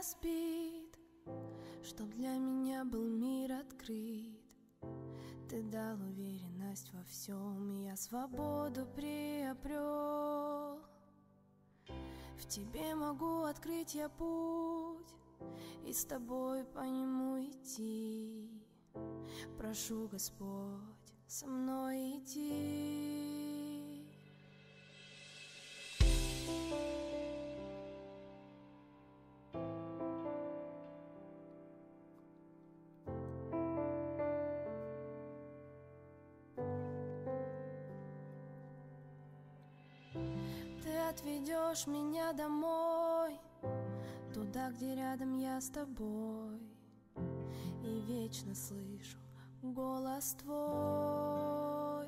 разбит, чтоб для меня был мир открыт. Ты дал уверенность во всем, и я свободу приобрел. В тебе могу открыть я путь и с тобой по нему идти. Прошу, Господь, со мной иди. Ты отведешь меня домой, туда, где рядом я с тобой, и вечно слышу голос твой.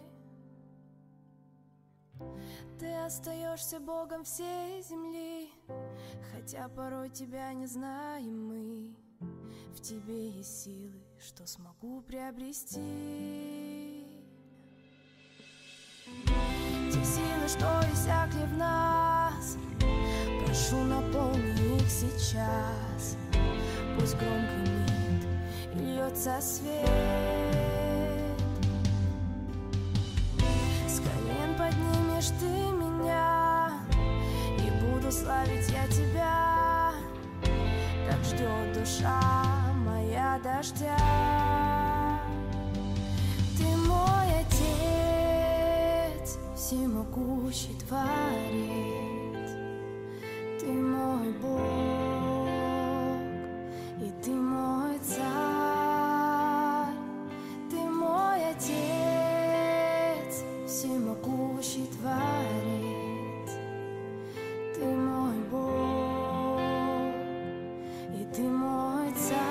Ты остаешься Богом всей земли, хотя порой тебя не знаем мы. В тебе есть силы, что смогу приобрести. Те силы, что иссякли в нас, прошу, наполни их сейчас. Пусть гром гремит и льется свет. С колен поднимешь ты меня, и буду славить я тебя. Так ждет душа моя дождя. Ты мой Отец, всемогущий Творец. Ты мой Бог, и ты мой Царь. Ты мой Отец, всемогущий Творец. Ты мой Бог, и ты мой Царь.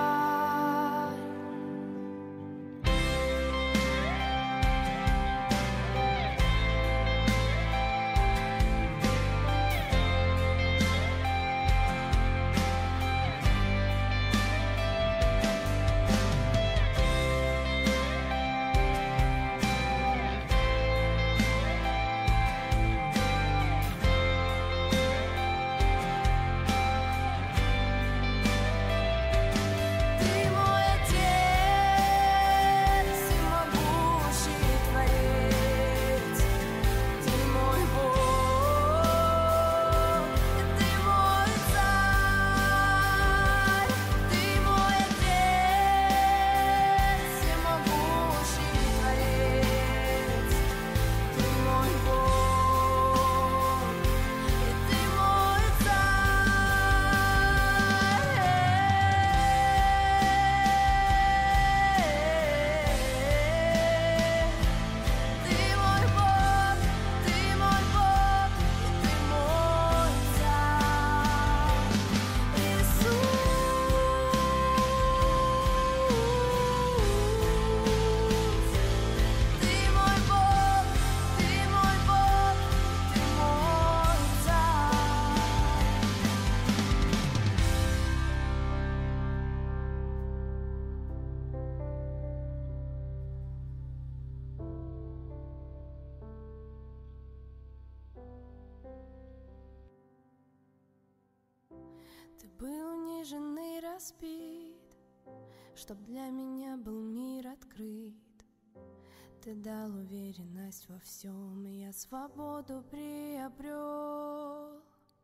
Ты был унижен и разбит, чтоб для меня был мир открыт. Ты дал уверенность во всем, и я свободу приобрел.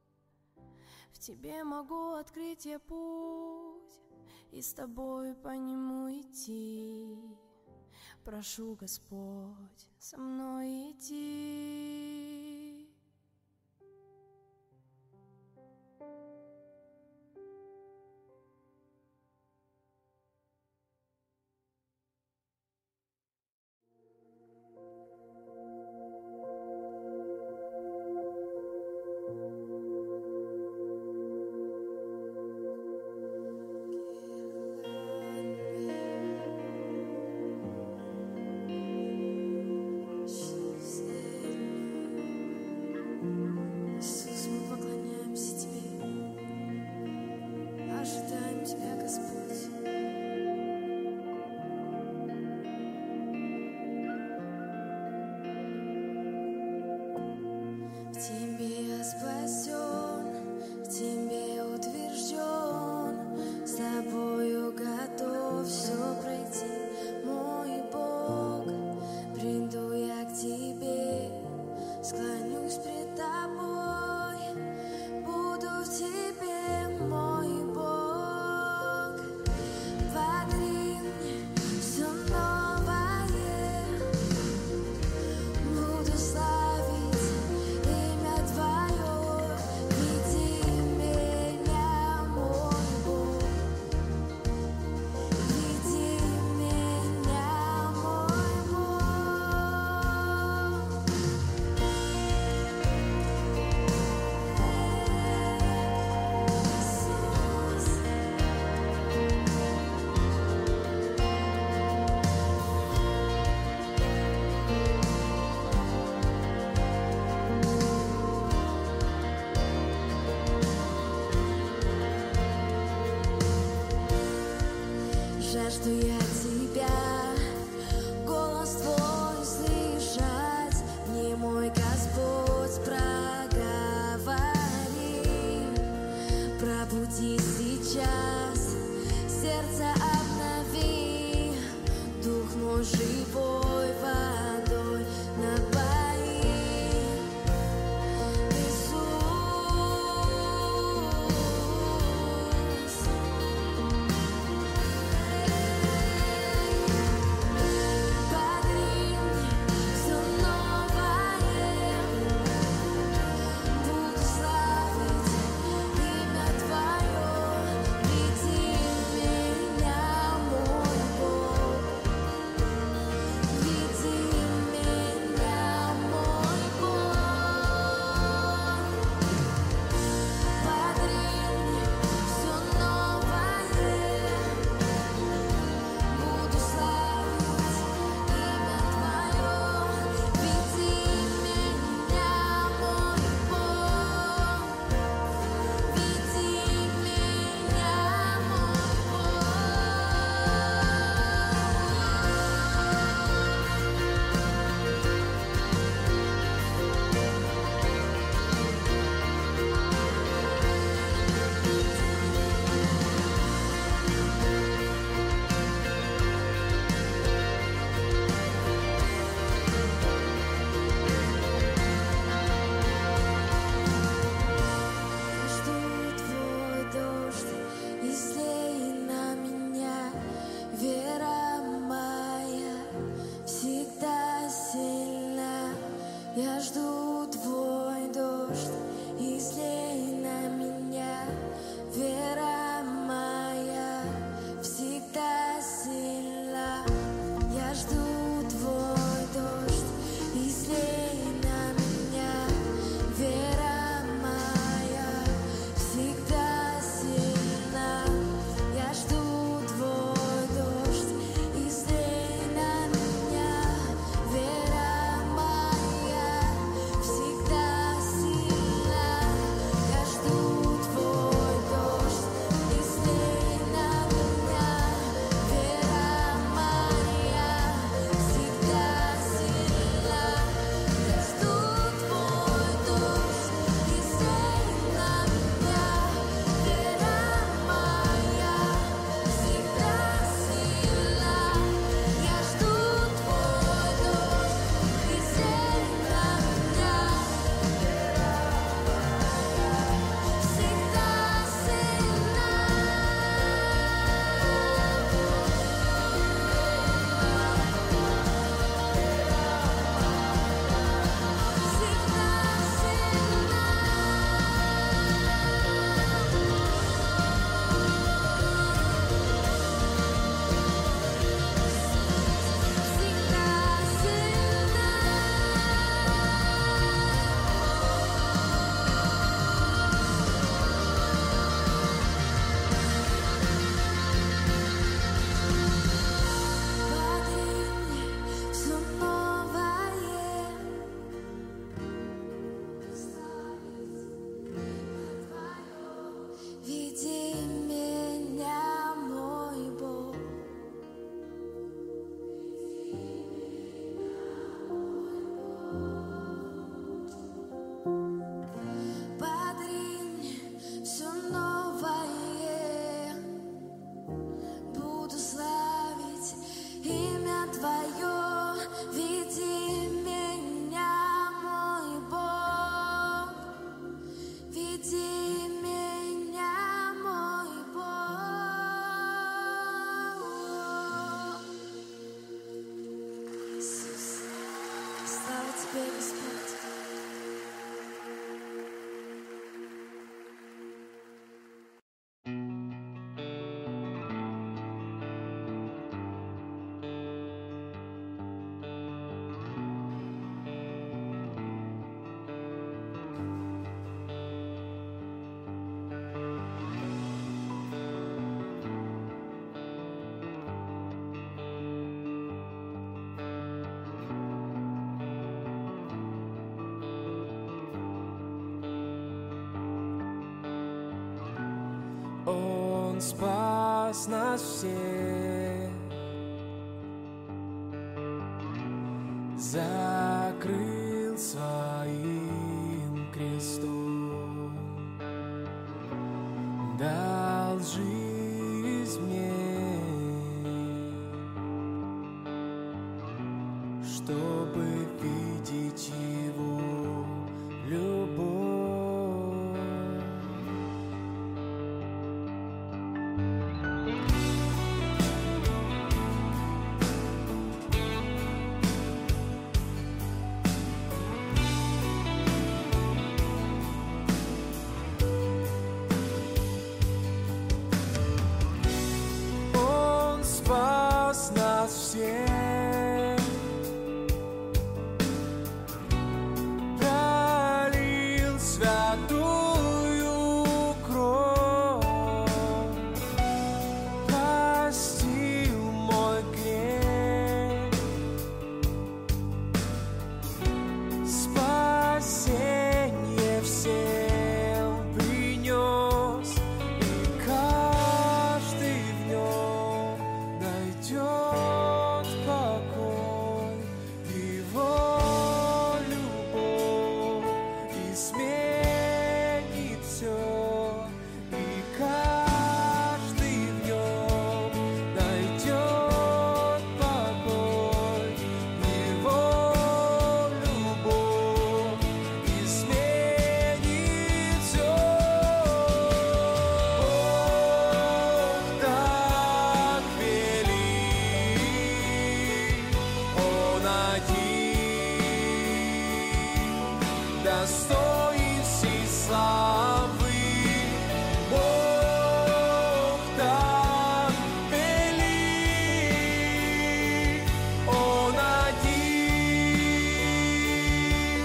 В тебе могу открыть я путь и с тобой по нему идти. Прошу, Господь, со мной иди. She said что я тебя, голос твой слышать, мне мой Господь проговори. Пробуди сейчас, сердце обнови, дух мой живой водой напои. Я жду твой дождь, излей на меня, вера моя всегда сильна. Я жду твой дождь, излей на меня, вера моя всегда сильна. Я жду твой дождь, излей на меня, вера моя спас нас всех, закрыл своим крестом, дал жизнь мне, чтобы видеть Его любовь. Он спас нас всех, пролил святую кровь, простил мой грех, спасение всем принес, и каждый в нем найдет покой, Его любовь изменит все, и каждый в нем найдет покой, Его любовь изменит все. Бог так велик, Он один, достоин всей славы. Бог так велик, Он один,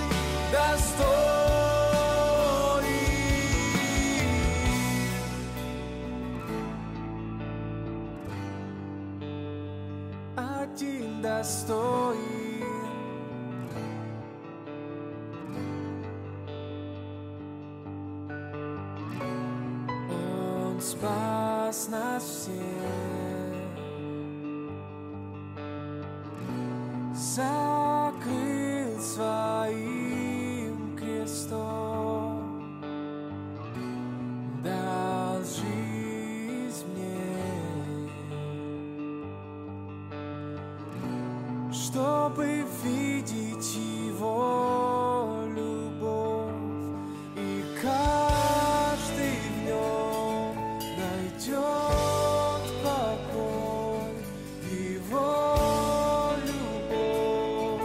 достоин. Один достоин. Он спас нас всех, закрыл своим крестом, дал жизнь мне, чтобы видеть Его любовь, и каждый в нем найдет покой, Его любовь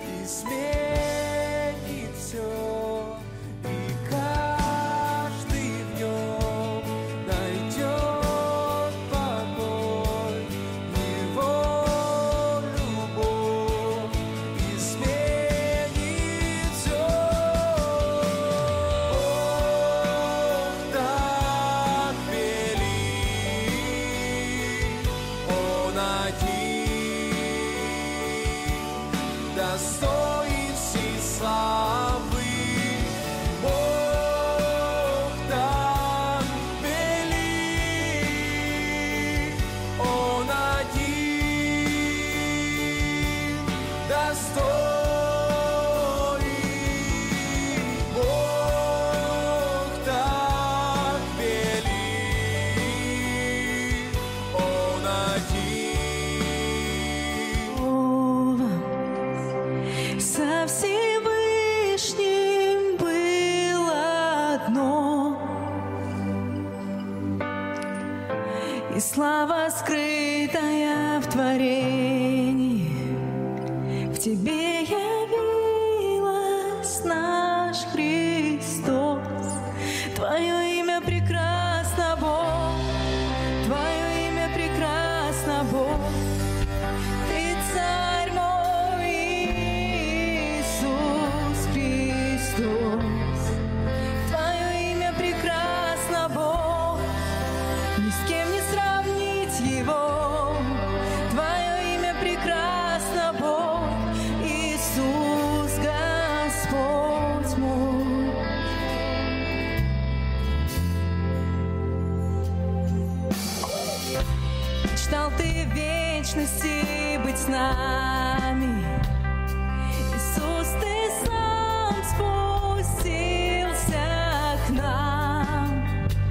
изменит все, и каждый в нем найдет покой, Его любовь изменит все. Бог так велик, Он один, достоин всей славы. Бог так велик, Он один, достоин. Бог так велик, Он один. Со Всевышним было одно, и слава скрытая в творении, в Тебе явилась наш Христос. Твое имя прекрасно, Бог, Твое имя прекрасно, Бог. Ты царь мой, Иисус Христос. Твое имя прекрасно, Бог, ни с кем не сравнить Его. Твое имя прекрасно, Бог, Иисус Господь мой. вечности быть с нами. Иисус, Ты сам спустился к нам.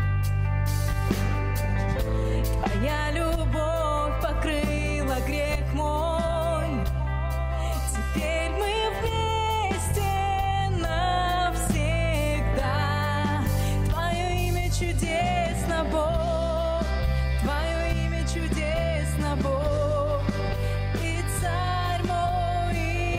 Твоя любовь покрыла грех мой. Теперь мы вместе навсегда. Твое имя чудесно, Бог. Твое имя чудесно, Бог. И Царь мой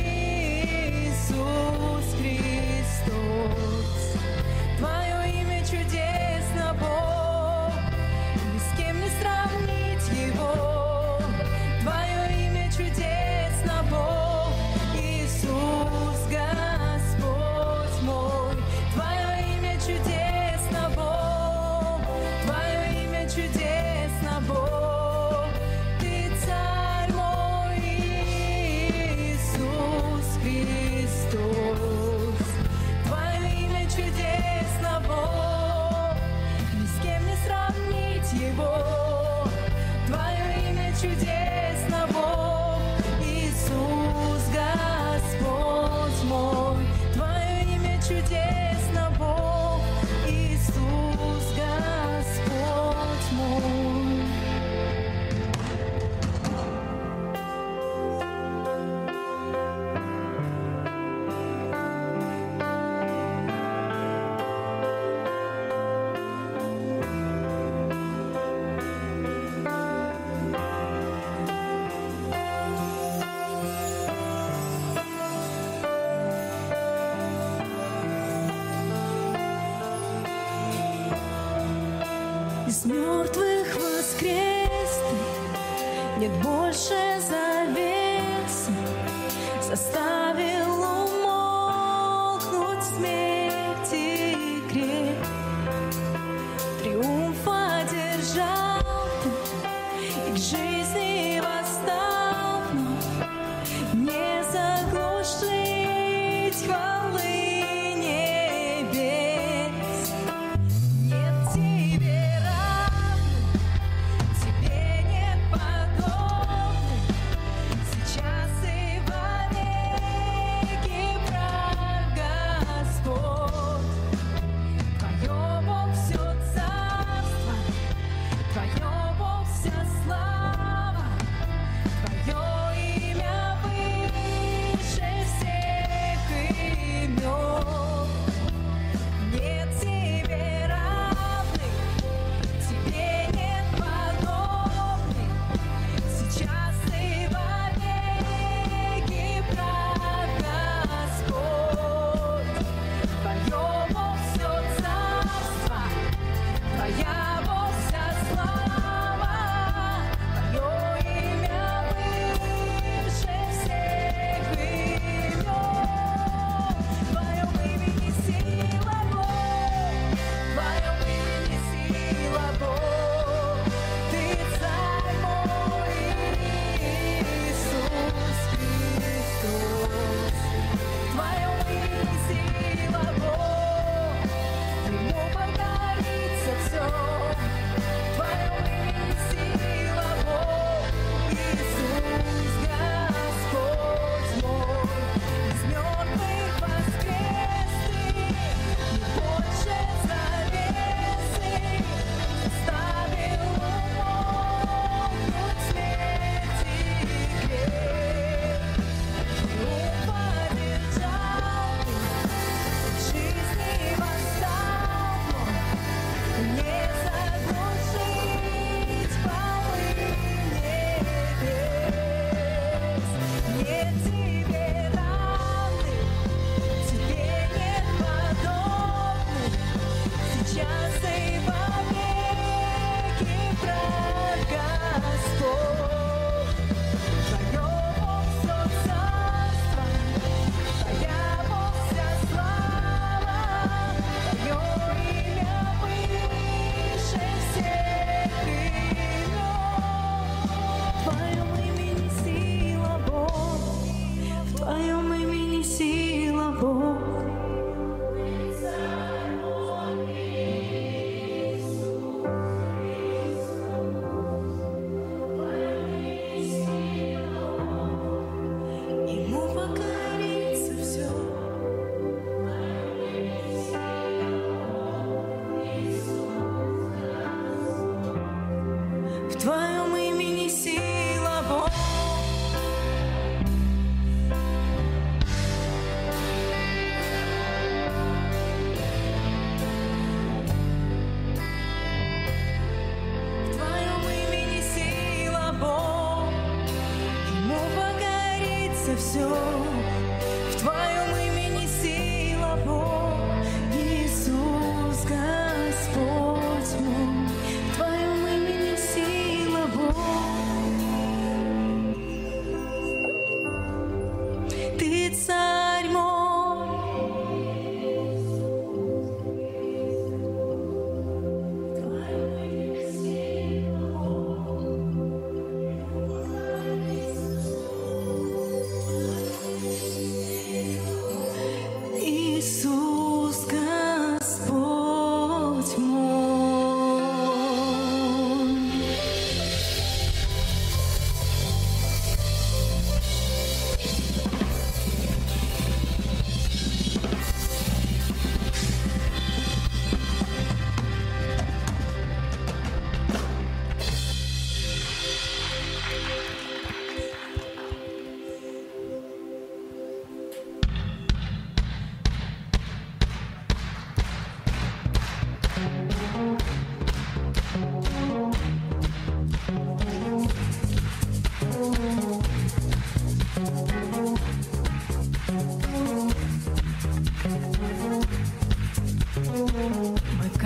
Иисус Христос. Твое имя чудесно, Бог. Ни с кем не сравнить Его. Твое имя чудесно, Бог. Иисус, Господь мой. Твое имя чудесно, Бог. Твое имя чудесно, Бог. Ты Царь мой Иисус Христос. Твое имя чудесно, Бог. Ни с кем не сравнить Его. Твое имя чудесно, Бог. Иисус, Господь мой. Твое имя чудесно, Бог. Иисус, Господь мой. Из мертвых воскрес Ты, нет больше завесы, заставил умолкнуть смерть и грех. Триумф одержал Ты, и к жизни восстал вновь, не заглушить хвалы небес. Нет Тебе равных, Тебе нет подобных, сейчас и вовек.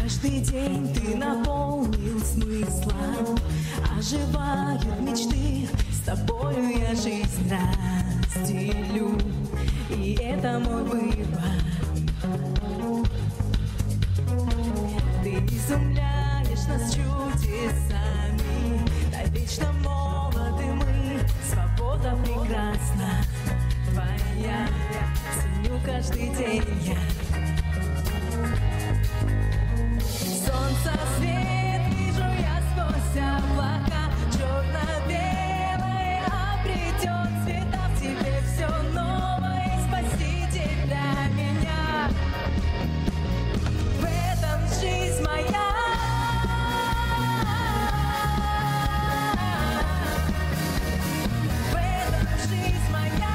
Каждый день ты наполнил смыслом, оживают мечты, с тобою я жизнь разделю, и это мой выбор. Ты изумляешь нас чудесами, навечно молоды мы, свобода прекрасна твоя, ценю каждый день я. Солнце свет вижу я сквозь облака, черно-белое обретет цвета в тебе все новое, спаситель для меня. В этом жизнь моя. В этом жизнь моя.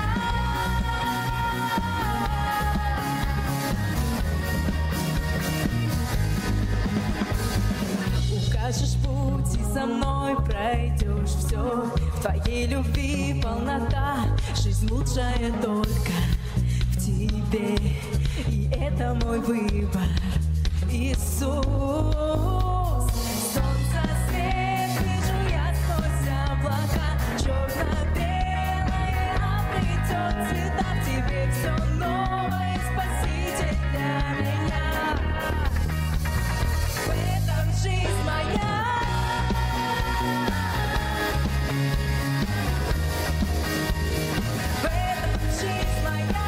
Укажешь путь и со мной пройдешь все. В твоей любви полнота, жизнь лучшая только в тебе, и это мой выбор, Иисус. Солнце свет вижу я сквозь облака, черно-белое обретет цвета в тебе все новое, спаситель для меня. В этом жизнь моя. В этом жизнь моя.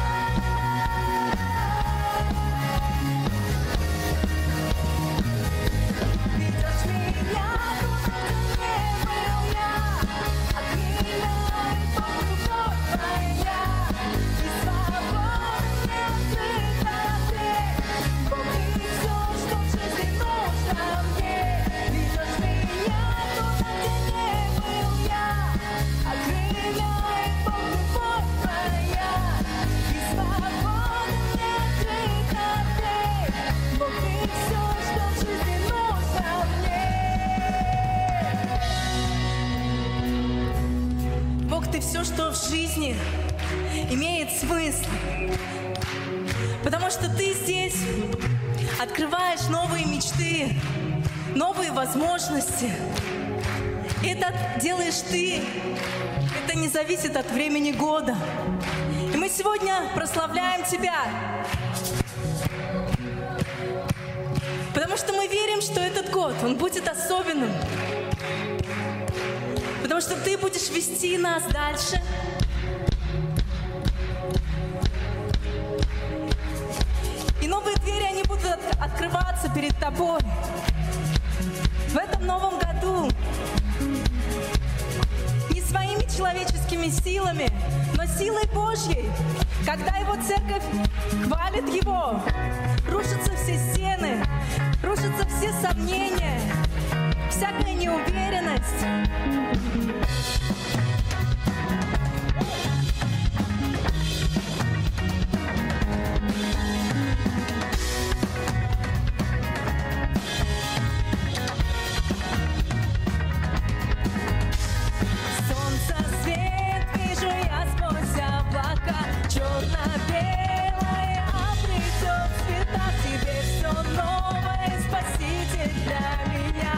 Ведешь меня туда, где не был я, от меня и под любовь твоя, и свободно открыта дверь. Бог, ты все, что в жизни нужно мне. Ведешь меня туда, где не был я, от меня и под любовь твоя, и свободно открыта дверь. Бог, ты все, что в жизни нужно мне. Бог, ты все, что в жизни имеет смысл, потому что ты здесь открываешь новые мечты, новые возможности. Это делаешь ты, это не зависит от времени года. И мы сегодня прославляем тебя, потому что мы верим, что этот год, он будет особенным. Потому что ты будешь вести нас дальше. И новые двери, они будут открываться перед тобой. В этом новом году не своими человеческими силами, но силой Божьей. Когда Его церковь хвалит Его, рушатся все стены, рушатся все сомнения, всякая неуверенность. Солнце свет вижу я сквозь облака, черно-белое обретет цвета в тебе все новое, спаситель для меня.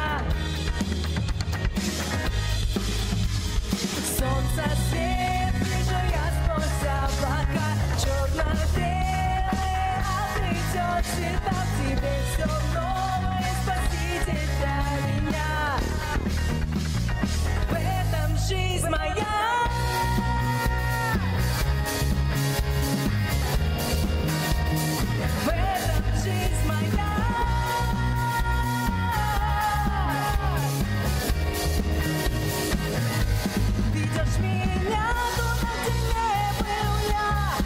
Солнце свет вижу я сквозь облака, черно-белое обретет цвета в тебе все новое, спаситель для меня. В этом жизнь моя. В этом жизнь моя. Ведешь меня туда, где не был я,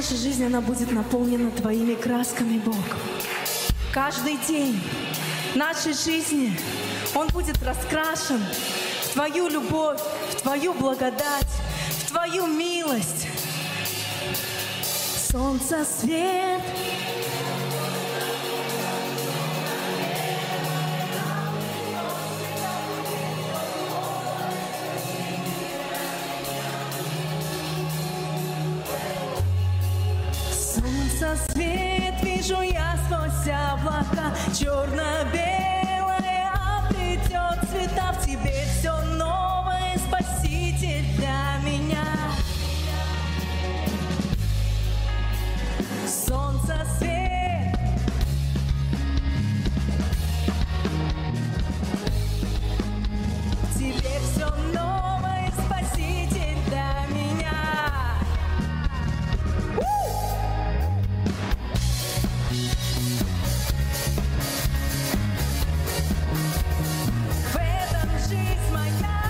наша жизнь, она будет наполнена Твоими красками, Бог. Каждый день нашей жизни он будет раскрашен в Твою любовь, в Твою благодать, в Твою милость. Солнце, свет, солнце, свет, вижу я сквозь облака, черно-белое обретет цвета, в Тебе все новое, Спаситель для меня. Солнце, свет, в Тебе все новое, Спаситель для меня. В этом жизнь моя.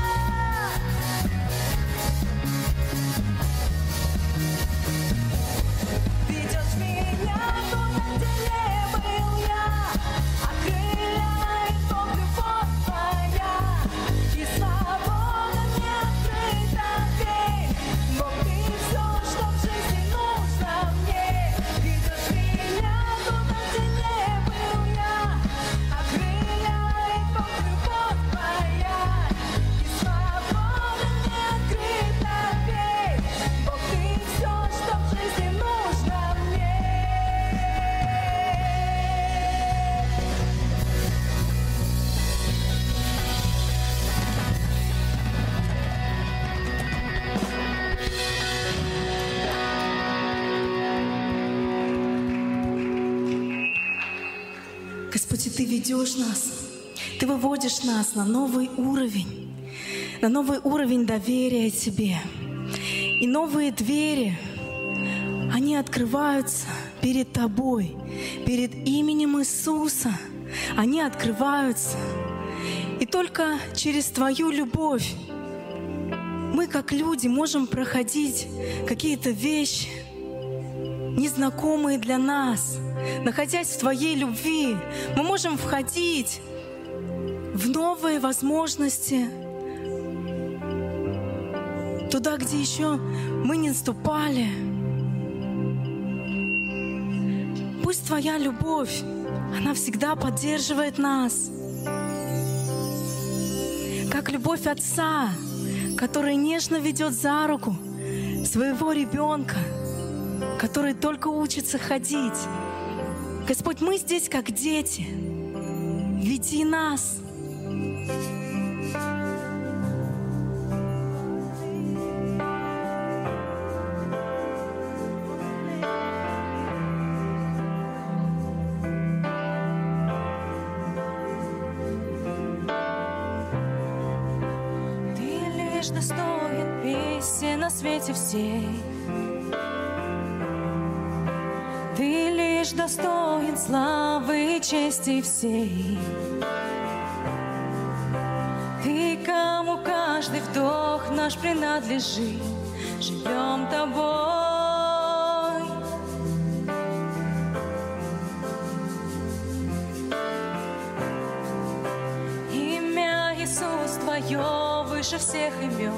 Ведешь меня туда, где не был я, окрыляет Бог любовь Твоя, и свобода мне открыта дверь. Бог, Ты все, что в жизни нужно мне. Ведешь меня туда, где не был я, окрыляет Бог любовь Твоя, и свобода мне открыта дверь. Бог, Ты все, что в жизни нужно мне. Господи, Ты ведешь нас, Ты выводишь нас на новый уровень доверия Тебе. И новые двери, они открываются перед Тобой, перед именем Иисуса. Они открываются. И только через Твою любовь мы, как люди, можем проходить какие-то вещи, незнакомые для нас. Находясь в Твоей любви, мы можем входить в новые возможности, туда, где еще мы не ступали. Пусть Твоя любовь, она всегда поддерживает нас, как любовь отца, который нежно ведет за руку своего ребенка, который только учится ходить. Господь, мы здесь как дети. Веди нас. Ты лишь достоин песен на свете всей. Ты лишь достоин славы и чести всей. Ты, кому каждый вдох наш принадлежит, живем Тобой. Имя Иисус Твое выше всех имен.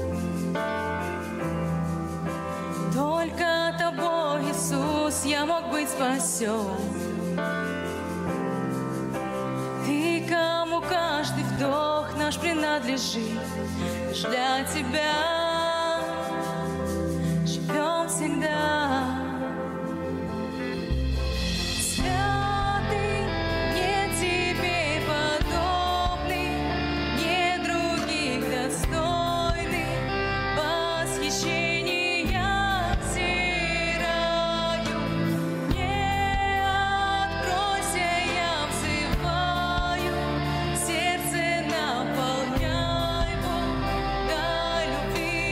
Только Тобой, Иисус, я мог быть спасен. Ты, кому каждый вдох наш принадлежит, лишь для Тебя живем всегда. Святый, нет Тебе подобный, нет других достойных восхищения. Сердце наполняй, Бог, дай любви.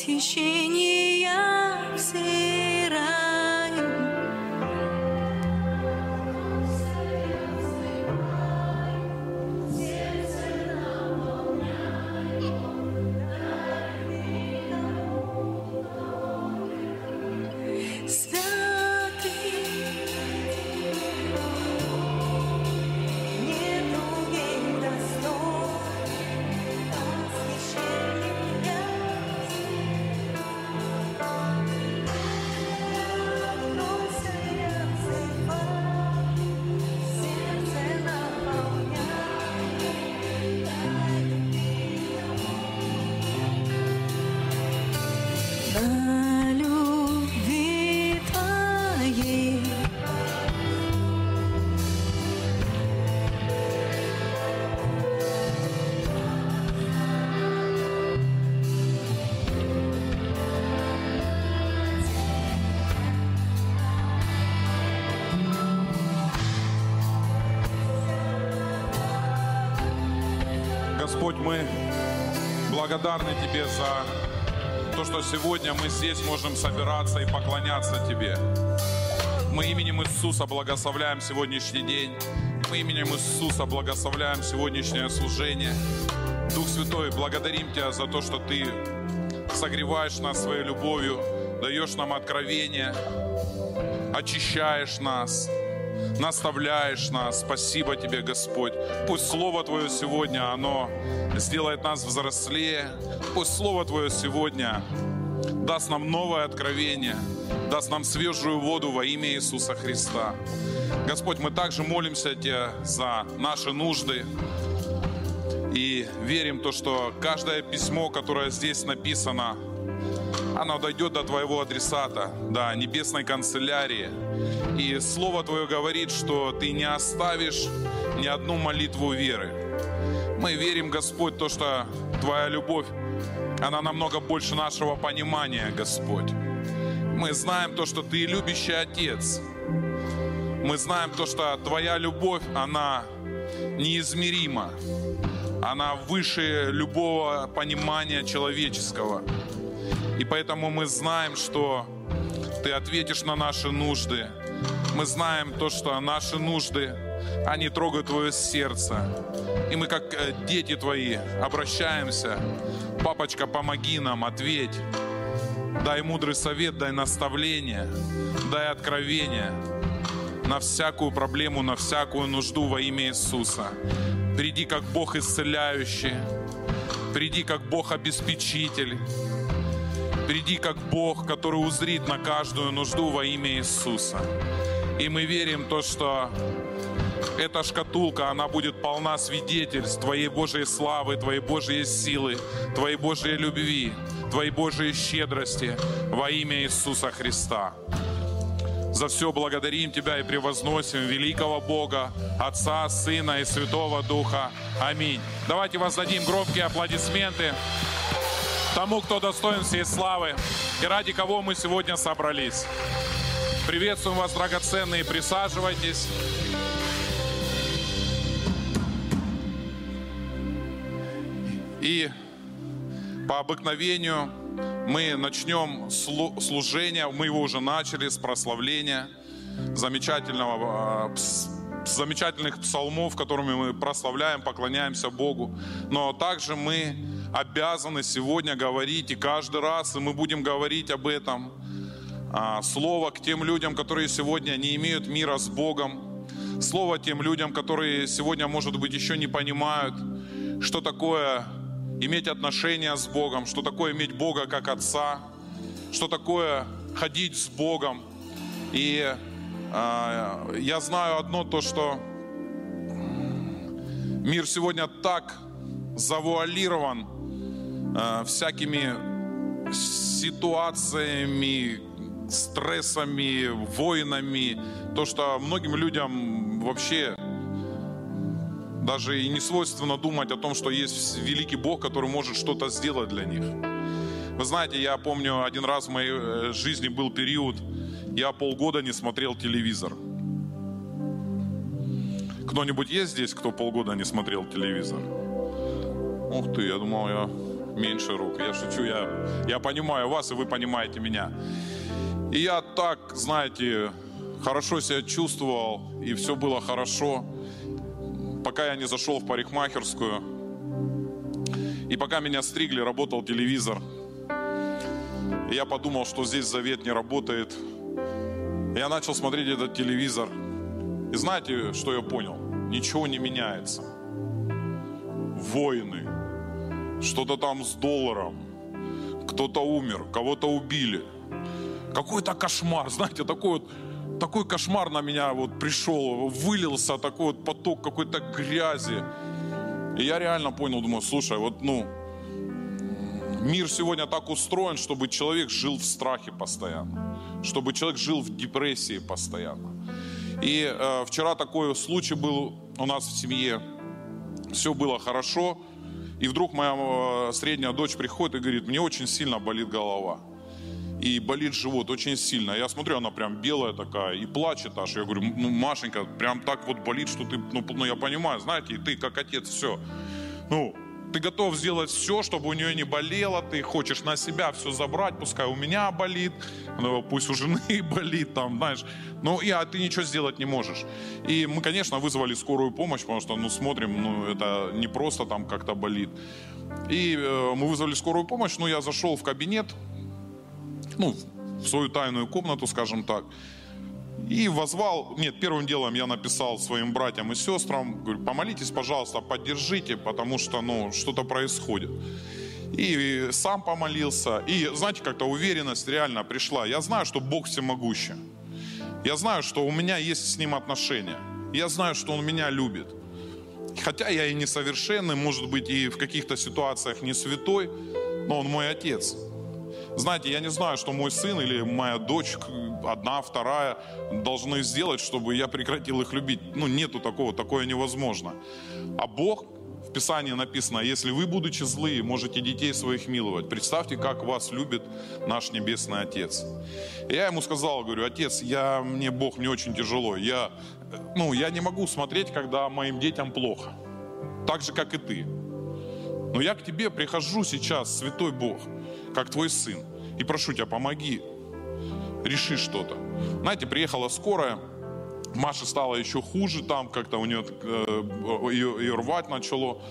восхищения взираю. О любви Твоей Господь, мы благодарны Тебе за то, что сегодня мы здесь можем собираться и поклоняться Тебе. Мы именем Иисуса благословляем сегодняшний день. Мы именем Иисуса благословляем сегодняшнее служение. Дух Святой, благодарим Тебя за то, что Ты согреваешь нас своей любовью, даешь нам откровение, очищаешь нас, наставляешь нас. Спасибо Тебе, Господь. Пусть Слово Твое сегодня, оно сделает нас взрослее. Пусть Слово Твое сегодня даст нам новое откровение, даст нам свежую воду во имя Иисуса Христа. Господь, мы также молимся Тебе за наши нужды и верим в то, что каждое письмо, которое здесь написано, оно дойдет до Твоего адресата, до небесной канцелярии. И Слово Твое говорит, что Ты не оставишь ни одну молитву веры. Мы верим, Господь, то, что Твоя любовь, она намного больше нашего понимания, Господь. Мы знаем то, что Ты любящий Отец. Мы знаем то, что Твоя любовь, она неизмерима. Она выше любого понимания человеческого. И поэтому мы знаем, что Ты ответишь на наши нужды. Мы знаем то, что наши нужды, они трогают Твое сердце. И мы, как дети Твои, обращаемся. Папочка, помоги нам, ответь. Дай мудрый совет, дай наставление, дай откровение на всякую проблему, на всякую нужду во имя Иисуса. Приди как Бог исцеляющий, приди как Бог обеспечитель, приди как Бог, который узрит на каждую нужду во имя Иисуса. И мы верим в то, что эта шкатулка, она будет полна свидетельств Твоей Божьей славы, Твоей Божьей силы, Твоей Божьей любви, Твоей Божьей щедрости во имя Иисуса Христа. За все благодарим Тебя и превозносим великого Бога, Отца, Сына и Святого Духа. Аминь. Давайте воздадим громкие аплодисменты тому, кто достоин всей славы и ради кого мы сегодня собрались. Приветствуем вас, драгоценные, присаживайтесь. И по обыкновению мы начнем служение, мы его уже начали с прославления замечательных псалмов, которыми мы прославляем, поклоняемся Богу. Но также мы обязаны сегодня говорить, и каждый раз, и мы будем говорить об этом, слово к тем людям, которые сегодня не имеют мира с Богом, слово тем людям, которые сегодня, может быть, еще не понимают, что такое иметь отношения с Богом, что такое иметь Бога как Отца, что такое ходить с Богом. И я знаю одно, то, что мир сегодня так завуалирован всякими ситуациями, стрессами, войнами, то, что многим людям вообще даже и не свойственно думать о том, что есть великий Бог, который может что-то сделать для них. Вы знаете, я помню, один раз в моей жизни был период, я полгода не смотрел телевизор. Кто-нибудь есть здесь, кто полгода не смотрел телевизор? Ух ты, я думал, я меньше рук. Я шучу, я понимаю вас, и вы понимаете меня. И я так, знаете, хорошо себя чувствовал, и все было хорошо, пока я не зашел в парикмахерскую. И пока меня стригли, работал телевизор. И я подумал, что здесь завет не работает. Я начал смотреть этот телевизор. И знаете, что я понял? Ничего не меняется. Войны. Что-то там с долларом. Кто-то умер, кого-то убили. Какой-то кошмар. Знаете, такой кошмар на меня вот пришел. Вылился такой вот поток какой-то грязи. И я реально понял, думаю, слушай, мир сегодня так устроен, чтобы человек жил в страхе постоянно. Чтобы человек жил в депрессии постоянно. И вчера такой случай был у нас в семье. Все было хорошо. И вдруг моя средняя дочь приходит и говорит, мне очень сильно болит голова. И болит живот очень сильно. Я смотрю, она прям белая такая и плачет аж. Я говорю, Машенька, прям так вот болит, что ты, я понимаю, знаете, и ты как отец, все. Ты готов сделать все, чтобы у нее не болело, ты хочешь на себя все забрать, пускай у меня болит, пусть у жены болит, там, знаешь. А ты ничего сделать не можешь. И мы, конечно, вызвали скорую помощь, потому что, смотрим, это не просто там как-то болит. И мы вызвали скорую помощь, я зашел в кабинет, в свою тайную комнату, скажем так, и первым делом я написал своим братьям и сестрам, говорю, помолитесь, пожалуйста, поддержите, потому что, что-то происходит. И сам помолился, и, знаете, как-то уверенность реально пришла. Я знаю, что Бог всемогущий. Я знаю, что у меня есть с Ним отношения. Я знаю, что Он меня любит. Хотя я и несовершенный, может быть, и в каких-то ситуациях не святой, но Он мой отец. Знаете, я не знаю, что мой сын или моя дочь, одна, вторая, должны сделать, чтобы я прекратил их любить. Нету такого, такое невозможно. А Бог, в Писании написано, если вы, будучи злые, можете детей своих миловать, представьте, как вас любит наш Небесный Отец. И я ему сказал, говорю, Отец, Бог, мне очень тяжело. Я не могу смотреть, когда моим детям плохо. Так же, как и ты. Но я к тебе прихожу сейчас, святой Бог, как твой сын, и прошу тебя, помоги, реши что-то. Знаете, приехала скорая, Маше стало еще хуже, там как-то у нее ее рвать начало.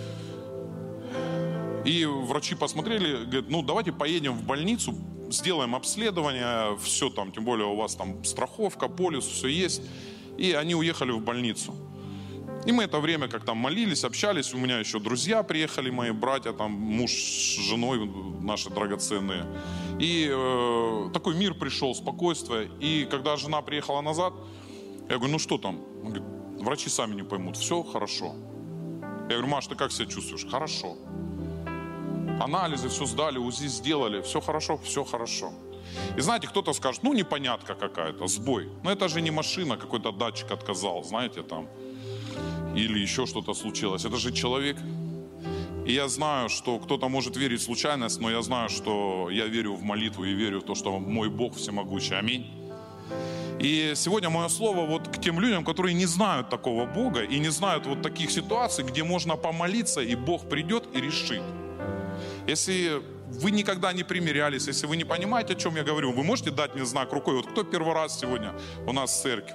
И врачи посмотрели, говорят, давайте поедем в больницу, сделаем обследование, все там, тем более у вас там страховка, полис, все есть. И они уехали в больницу. И мы это время как там молились, общались. У меня еще друзья приехали, мои братья, там муж с женой наши драгоценные. И такой мир пришел, спокойствие. И когда жена приехала назад, я говорю, что там? Он говорит, врачи сами не поймут, все хорошо. Я говорю, Маш, ты как себя чувствуешь? Хорошо. Анализы все сдали, УЗИ сделали, все хорошо, все хорошо. И знаете, кто-то скажет, непонятка какая-то, сбой. Но это же не машина, какой-то датчик отказал, знаете, там. Или еще что-то случилось. Это же человек. И я знаю, что кто-то может верить в случайность, но я знаю, что я верю в молитву и верю в то, что мой Бог всемогущий. Аминь. И сегодня мое слово к тем людям, которые не знают такого Бога и не знают таких ситуаций, где можно помолиться, и Бог придет и решит. Если вы никогда не примирялись, если вы не понимаете, о чем я говорю, вы можете дать мне знак рукой? Кто первый раз сегодня у нас в церкви?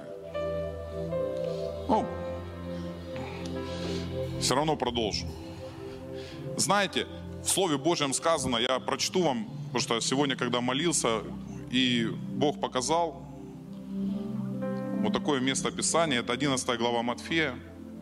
Все равно продолжу. Знаете, в Слове Божьем сказано, я прочту вам, потому что сегодня, когда молился, и Бог показал такое место Писания, это 11 глава Матфея.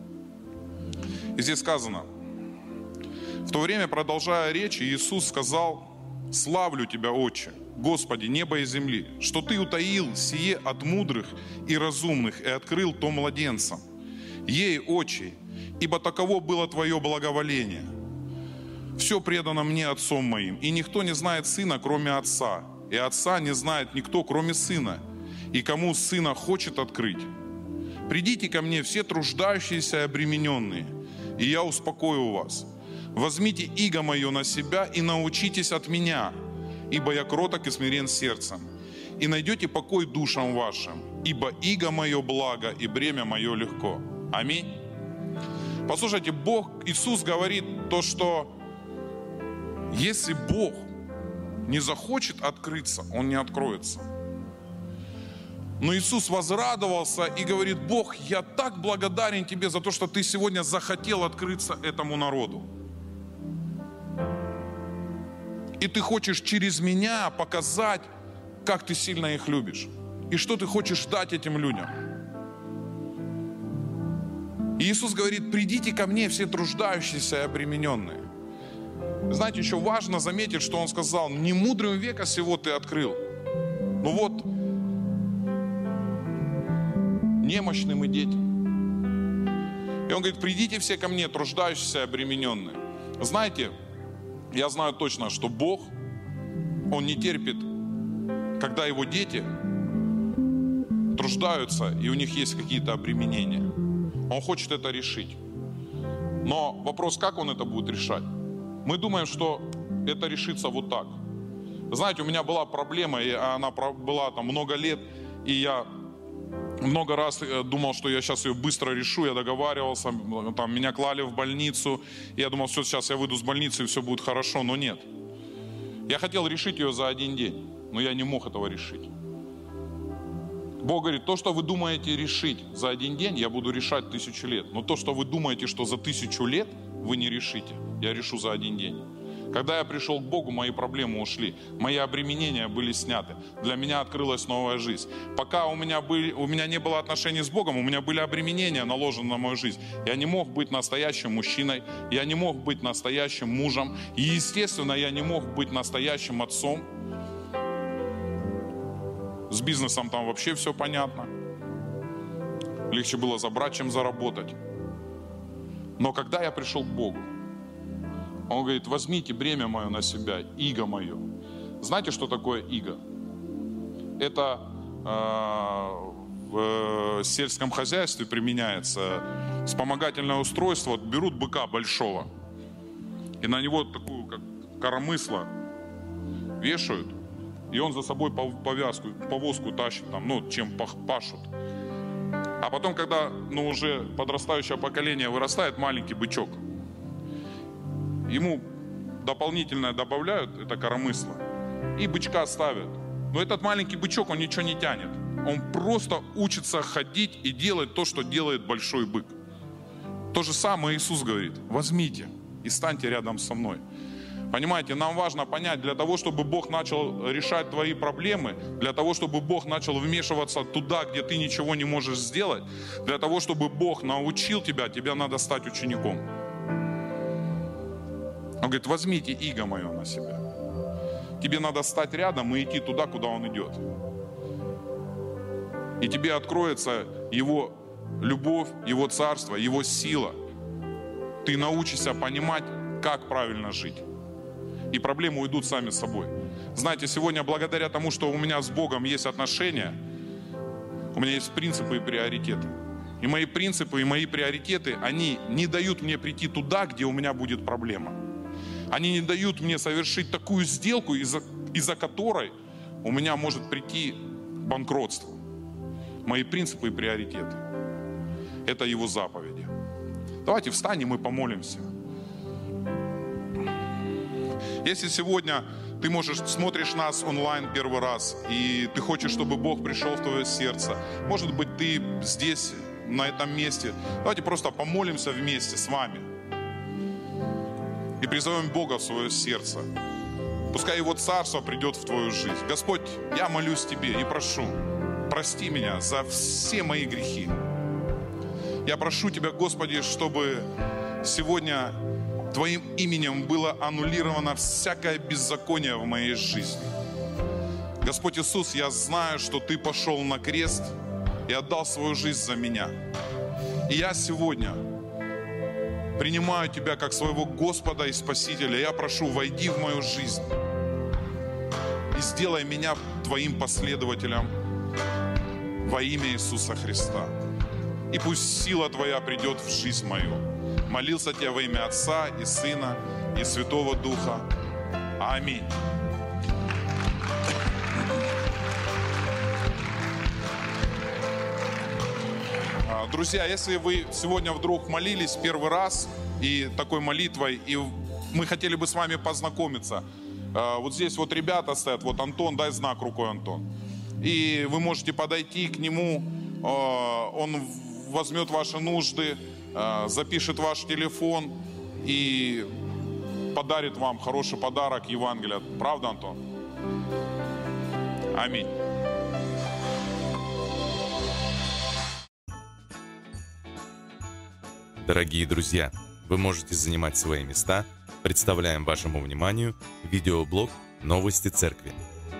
И здесь сказано, в то время, продолжая речь, Иисус сказал, «Славлю Тебя, Отче, Господи, неба и земли, что Ты утаил сие от мудрых и разумных и открыл то младенцам. Ей, Отче, ибо таково было Твое благоволение. Все предано мне Отцом моим, и никто не знает Сына, кроме Отца, и Отца не знает никто, кроме Сына, и кому Сына хочет открыть. Придите ко мне все труждающиеся и обремененные, и я успокою вас. Возьмите иго мое на себя и научитесь от меня, ибо я кроток и смирен сердцем, и найдете покой душам вашим, ибо иго мое благо и бремя мое легко». Аминь. Послушайте, Бог, Иисус говорит то, что Если Бог не захочет открыться, Он не откроется. Но Иисус возрадовался и говорит: Бог, я так благодарен Тебе за то, что Ты сегодня захотел открыться этому народу. И Ты хочешь через меня показать, как Ты сильно их любишь. И что Ты хочешь дать этим людям. И Иисус говорит: придите ко мне, все труждающиеся и обремененные. Знаете, еще важно заметить, что Он сказал: не мудрым века сего Ты открыл. Ну вот, немощным и детям. И Он говорит: придите все ко мне, труждающиеся и обремененные. Знаете, я знаю точно, что Бог, Он не терпит, когда Его дети труждаются и у них есть какие-то обременения. Он хочет это решить. Но вопрос, как Он это будет решать? Мы думаем, что это решится вот так. Знаете, у меня была проблема, и она была там много лет, и я много раз думал, что я сейчас ее быстро решу, я договаривался, там, меня клали в больницу, и я думал, все, сейчас я выйду с больницы, и все будет хорошо, но нет. Я хотел решить ее за один день, но я не мог этого решить. Бог говорит: то, что вы думаете решить за один день, я буду решать 1000 лет. Но то, что вы думаете, что за 1000 лет, вы не решите, я решу за один день. Когда я пришел к Богу, мои проблемы ушли, мои обременения были сняты. Для меня открылась новая жизнь. Пока у меня не было отношений с Богом, у меня были обременения, наложены на мою жизнь. Я не мог быть настоящим мужчиной, я не мог быть настоящим мужем. И, естественно, я не мог быть настоящим отцом. С бизнесом там вообще все понятно. Легче было забрать, чем заработать. Но когда я пришел к Богу, Он говорит: возьмите бремя мое на себя, иго мое. Знаете, что такое иго? Это в сельском хозяйстве применяется вспомогательное устройство. Вот берут быка большого и на него такую, как коромысло, вешают, и он за собой повозку тащит, там, ну, чем пашут. А потом, когда уже подрастающее поколение вырастает, маленький бычок, ему дополнительное добавляют, это коромысло, и бычка ставят. Но этот маленький бычок, он ничего не тянет. Он просто учится ходить и делать то, что делает большой бык. То же самое Иисус говорит: возьмите и станьте рядом со мной. Понимаете, нам важно понять, для того, чтобы Бог начал решать твои проблемы, для того, чтобы Бог начал вмешиваться туда, где ты ничего не можешь сделать, для того, чтобы Бог научил тебя, тебе надо стать учеником. Он говорит: возьмите иго мое на себя. Тебе надо стать рядом и идти туда, куда Он идет. И тебе откроется Его любовь, Его царство, Его сила. Ты научишься понимать, как правильно жить. И проблемы уйдут сами собой. Знаете, сегодня благодаря тому, что у меня с Богом есть отношения, у меня есть принципы и приоритеты. И мои принципы и мои приоритеты, они не дают мне прийти туда, где у меня будет проблема. Они не дают мне совершить такую сделку, из-за которой у меня может прийти банкротство. Мои принципы и приоритеты – это Его заповеди. Давайте встанем и помолимся. Если сегодня ты смотришь нас онлайн первый раз, и ты хочешь, чтобы Бог пришел в твое сердце, может быть, ты здесь, на этом месте, давайте просто помолимся вместе с вами и призовем Бога в свое сердце. Пускай Его царство придет в твою жизнь. Господь, я молюсь Тебе и прошу, прости меня за все мои грехи. Я прошу Тебя, Господи, чтобы сегодня Твоим именем было аннулировано всякое беззаконие в моей жизни. Господь Иисус, я знаю, что Ты пошел на крест и отдал свою жизнь за меня. И я сегодня принимаю Тебя как своего Господа и Спасителя. Я прошу, войди в мою жизнь и сделай меня Твоим последователем во имя Иисуса Христа. И пусть сила Твоя придет в жизнь мою. Молился Тебя во имя Отца и Сына и Святого Духа. Аминь. Друзья, если вы сегодня вдруг молились первый раз и такой молитвой, и мы хотели бы с вами познакомиться. Вот здесь вот ребята стоят, вот Антон, дай знак рукой, Антон. И вы можете подойти к нему, он возьмет ваши нужды, запишет ваш телефон и подарит вам хороший подарок Евангелия. Правда, Антон? Аминь. Дорогие друзья, вы можете занимать свои места. Представляем вашему вниманию видеоблог «Новости Церкви».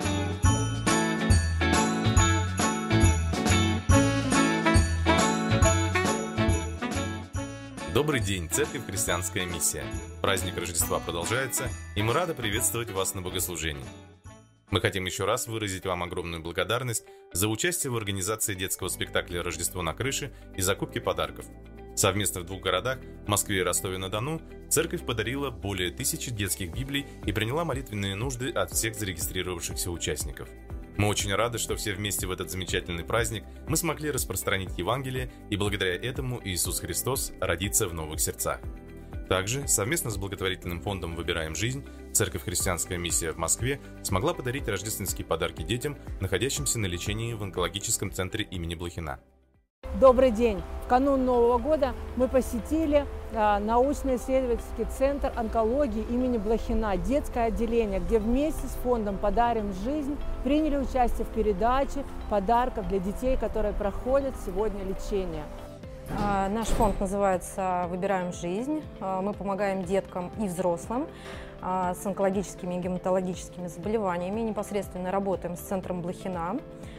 Добрый день, Церковь Христианская миссия. Праздник Рождества продолжается, и мы рады приветствовать вас на богослужении. Мы хотим еще раз выразить вам огромную благодарность за участие в организации детского спектакля «Рождество на крыше» и закупке подарков. Совместно в 2 городах, Москве и Ростове-на-Дону, церковь подарила более 1000 детских Библий и приняла молитвенные нужды от всех зарегистрировавшихся участников. Мы очень рады, что все вместе в этот замечательный праздник мы смогли распространить Евангелие, и благодаря этому Иисус Христос родится в новых сердцах. Также, совместно с благотворительным фондом «Выбираем жизнь», Церковь Христианская миссия в Москве смогла подарить рождественские подарки детям, находящимся на лечении в онкологическом центре имени Блохина. Добрый день! В канун Нового года мы посетили научно-исследовательский центр онкологии имени Блохина, детское отделение, где вместе с фондом «Подарим жизнь» приняли участие в передаче подарков для детей, которые проходят сегодня лечение. Наш фонд называется «Выбираем жизнь». Мы помогаем деткам и взрослым с онкологическими и гематологическими заболеваниями. Непосредственно работаем с центром Блохина.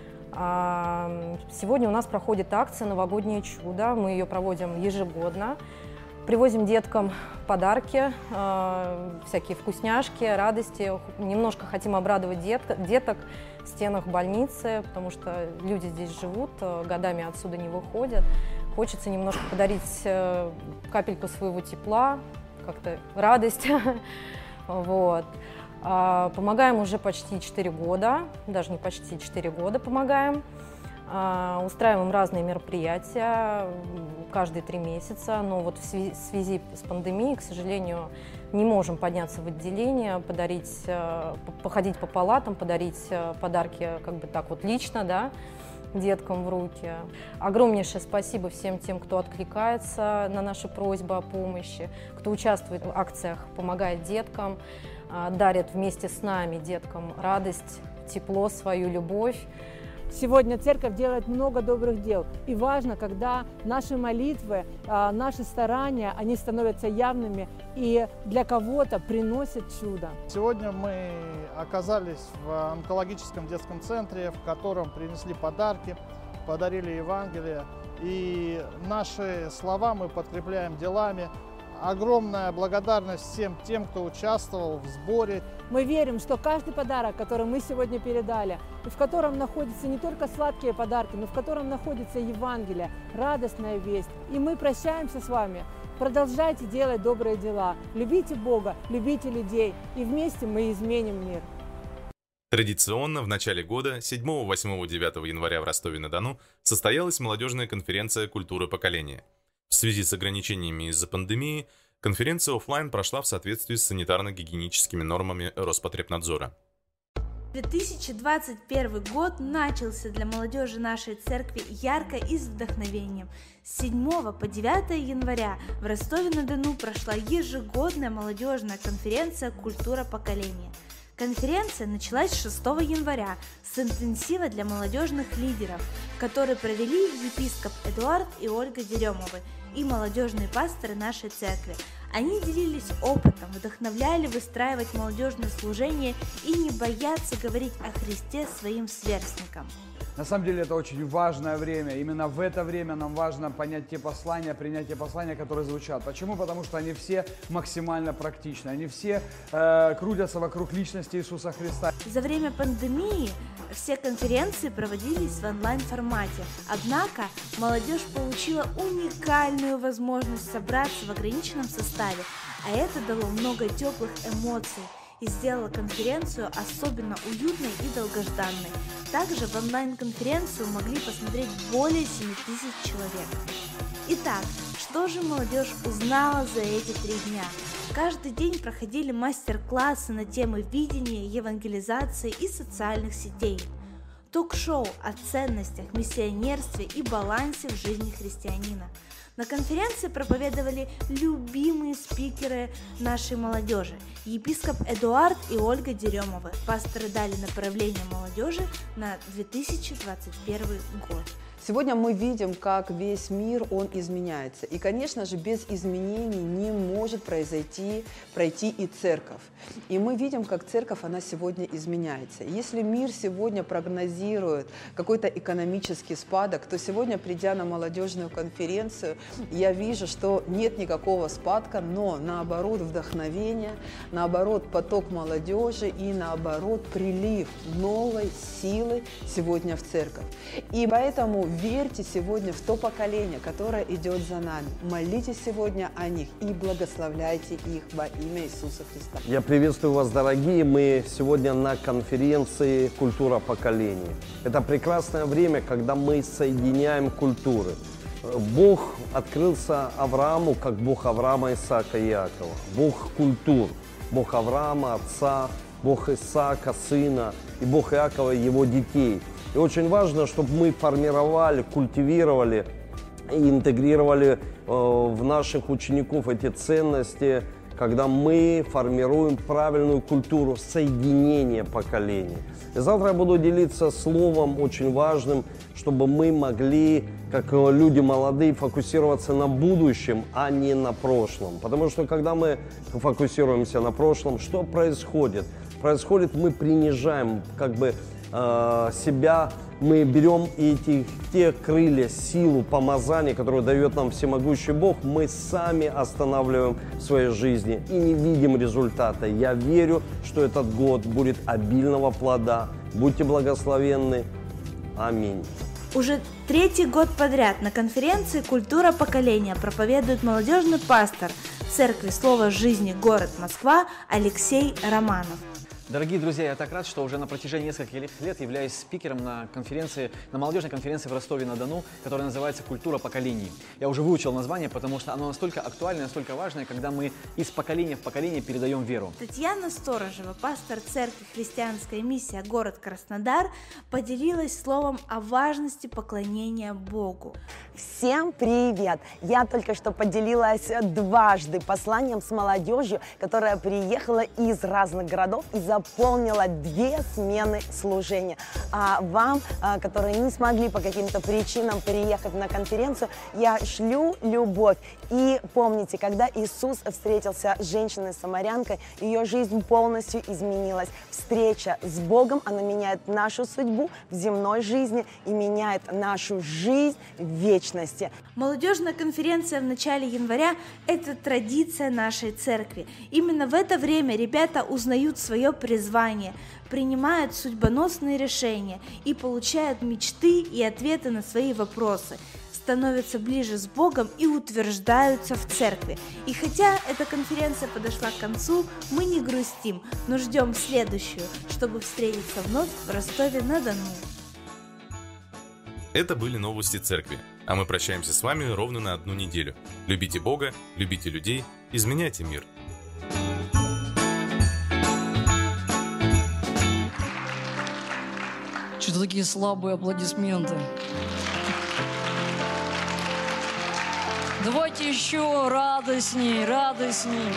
Сегодня у нас проходит акция «Новогоднее чудо». Мы ее проводим ежегодно. Привозим деткам подарки, всякие вкусняшки, радости. Немножко хотим обрадовать деток в стенах больницы, потому что люди здесь живут, годами отсюда не выходят. Хочется немножко подарить капельку своего тепла, как-то радость. Вот. Помогаем уже почти 4 года, даже не почти 4 года помогаем. Устраиваем разные мероприятия каждые 3 месяца, но вот в связи с пандемией, к сожалению, не можем подняться в отделение, походить по палатам, подарить подарки как бы так вот лично, да, деткам в руки. Огромнейшее спасибо всем тем, кто откликается на наши просьбы о помощи, кто участвует в акциях, помогает деткам, дарят вместе с нами деткам радость, тепло, свою любовь. Сегодня церковь делает много добрых дел. И важно, когда наши молитвы, наши старания, они становятся явными и для кого-то приносят чудо. Сегодня мы оказались в онкологическом детском центре, в котором принесли подарки, подарили Евангелие. И наши слова мы подкрепляем делами. Огромная благодарность всем тем, кто участвовал в сборе. Мы верим, что каждый подарок, который мы сегодня передали, и в котором находятся не только сладкие подарки, но в котором находится Евангелие, радостная весть. И мы прощаемся с вами. Продолжайте делать добрые дела. Любите Бога, любите людей, и вместе мы изменим мир. Традиционно в начале года, 7, 8, 9 января в Ростове-на-Дону, состоялась молодежная конференция «Культура поколения». В связи с ограничениями из-за пандемии, конференция офлайн прошла в соответствии с санитарно-гигиеническими нормами Роспотребнадзора. 2021 год начался для молодежи нашей церкви ярко и с вдохновением. С 7 по 9 января в Ростове-на-Дону прошла ежегодная молодежная конференция «Культура поколения». Конференция началась 6 января с интенсива для молодежных лидеров, который провели епископ Эдуард и Ольга Деремовы и молодежные пасторы нашей церкви. Они делились опытом, вдохновляли выстраивать молодежное служение и не бояться говорить о Христе своим сверстникам. На самом деле это очень важное время. Именно в это время нам важно понять те послания, принять те послания, которые звучат. Почему? Потому что они все максимально практичны. Они все крутятся вокруг личности Иисуса Христа. За время пандемии все конференции проводились в онлайн-формате. Однако молодежь получила уникальную возможность собраться в ограниченном составе, а это дало много теплых эмоций и сделала конференцию особенно уютной и долгожданной. Также в онлайн-конференцию могли посмотреть более 7000 человек. Итак, что же молодежь узнала за эти 3 дня? каждый день проходили мастер-классы на темы видения, евангелизации и социальных сетей. Ток-шоу о ценностях, миссионерстве и балансе в жизни христианина. На конференции проповедовали любимые спикеры нашей молодежи. Епископ Эдуард и Ольга Деремовы. Пасторы дали направление молодежи на 2021 год. Сегодня мы видим, как весь мир, он изменяется. И, конечно же, без изменений не может пройти и церковь. И мы видим, как церковь, она сегодня изменяется. Если мир сегодня прогнозирует какой-то экономический спадок, то сегодня, придя на молодежную конференцию, я вижу, что нет никакого спадка, но наоборот вдохновение, наоборот поток молодежи и наоборот прилив новой силы сегодня в церковь. И поэтому верьте сегодня в то поколение, которое идет за нами. Молитесь сегодня о них и благословляйте их во имя Иисуса Христа. Я приветствую вас, дорогие. Мы сегодня на конференции «Культура поколений». Это прекрасное время, когда мы соединяем культуры. Бог открылся Аврааму, как Бог Авраама, Исаака и Иакова. Бог культур. Бог Авраама, отца, Бог Исаака, сына, и Бог Иакова, его детей. И очень важно, чтобы мы формировали, культивировали и интегрировали в наших учеников эти ценности, когда мы формируем правильную культуру соединения поколений. И завтра я буду делиться словом очень важным, чтобы мы могли, как люди молодые, фокусироваться на будущем, а не на прошлом. Потому что когда мы фокусируемся на прошлом, что происходит? Происходит, мы принижаем себя, мы берем те крылья, силу, помазание, которое дает нам всемогущий Бог, мы сами останавливаем в своей жизни и не видим результата. Я верю, что этот год будет обильного плода. Будьте благословенны. Аминь. Уже третий год подряд на конференции «Культура поколения» проповедует молодежный пастор Церкви Слова Жизни город Москва Алексей Романов. Дорогие друзья, я так рад, что уже на протяжении нескольких лет являюсь спикером на молодежной конференции в Ростове-на-Дону, которая называется «Культура поколений». Я уже выучил название, потому что оно настолько актуальное, настолько важное, когда мы из поколения в поколение передаем веру. Татьяна Сторожева, пастор Церкви «Христианская миссия. Город Краснодар», поделилась словом о важности поклонения Богу. Всем привет! Я только что поделилась дважды посланием с молодежью, которая приехала из разных городов и заполнила 2 смены служения. А вам, которые не смогли по каким-то причинам приехать на конференцию, я шлю любовь. И помните, когда Иисус встретился с женщиной-самарянкой, ее жизнь полностью изменилась. Встреча с Богом, она меняет нашу судьбу в земной жизни и меняет нашу жизнь в вечности. Молодежная конференция в начале января – это традиция нашей церкви. Именно в это время ребята узнают свое призвание, принимают судьбоносные решения и получают мечты и ответы на свои вопросы, становятся ближе с Богом и утверждаются в церкви. И хотя эта конференция подошла к концу, мы не грустим, но ждем следующую, чтобы встретиться вновь в Ростове-на-Дону. Это были новости церкви, а мы прощаемся с вами ровно на 1 неделю. Любите Бога, любите людей, изменяйте мир. Что-то такие слабые аплодисменты. Давайте еще радостней, радостней.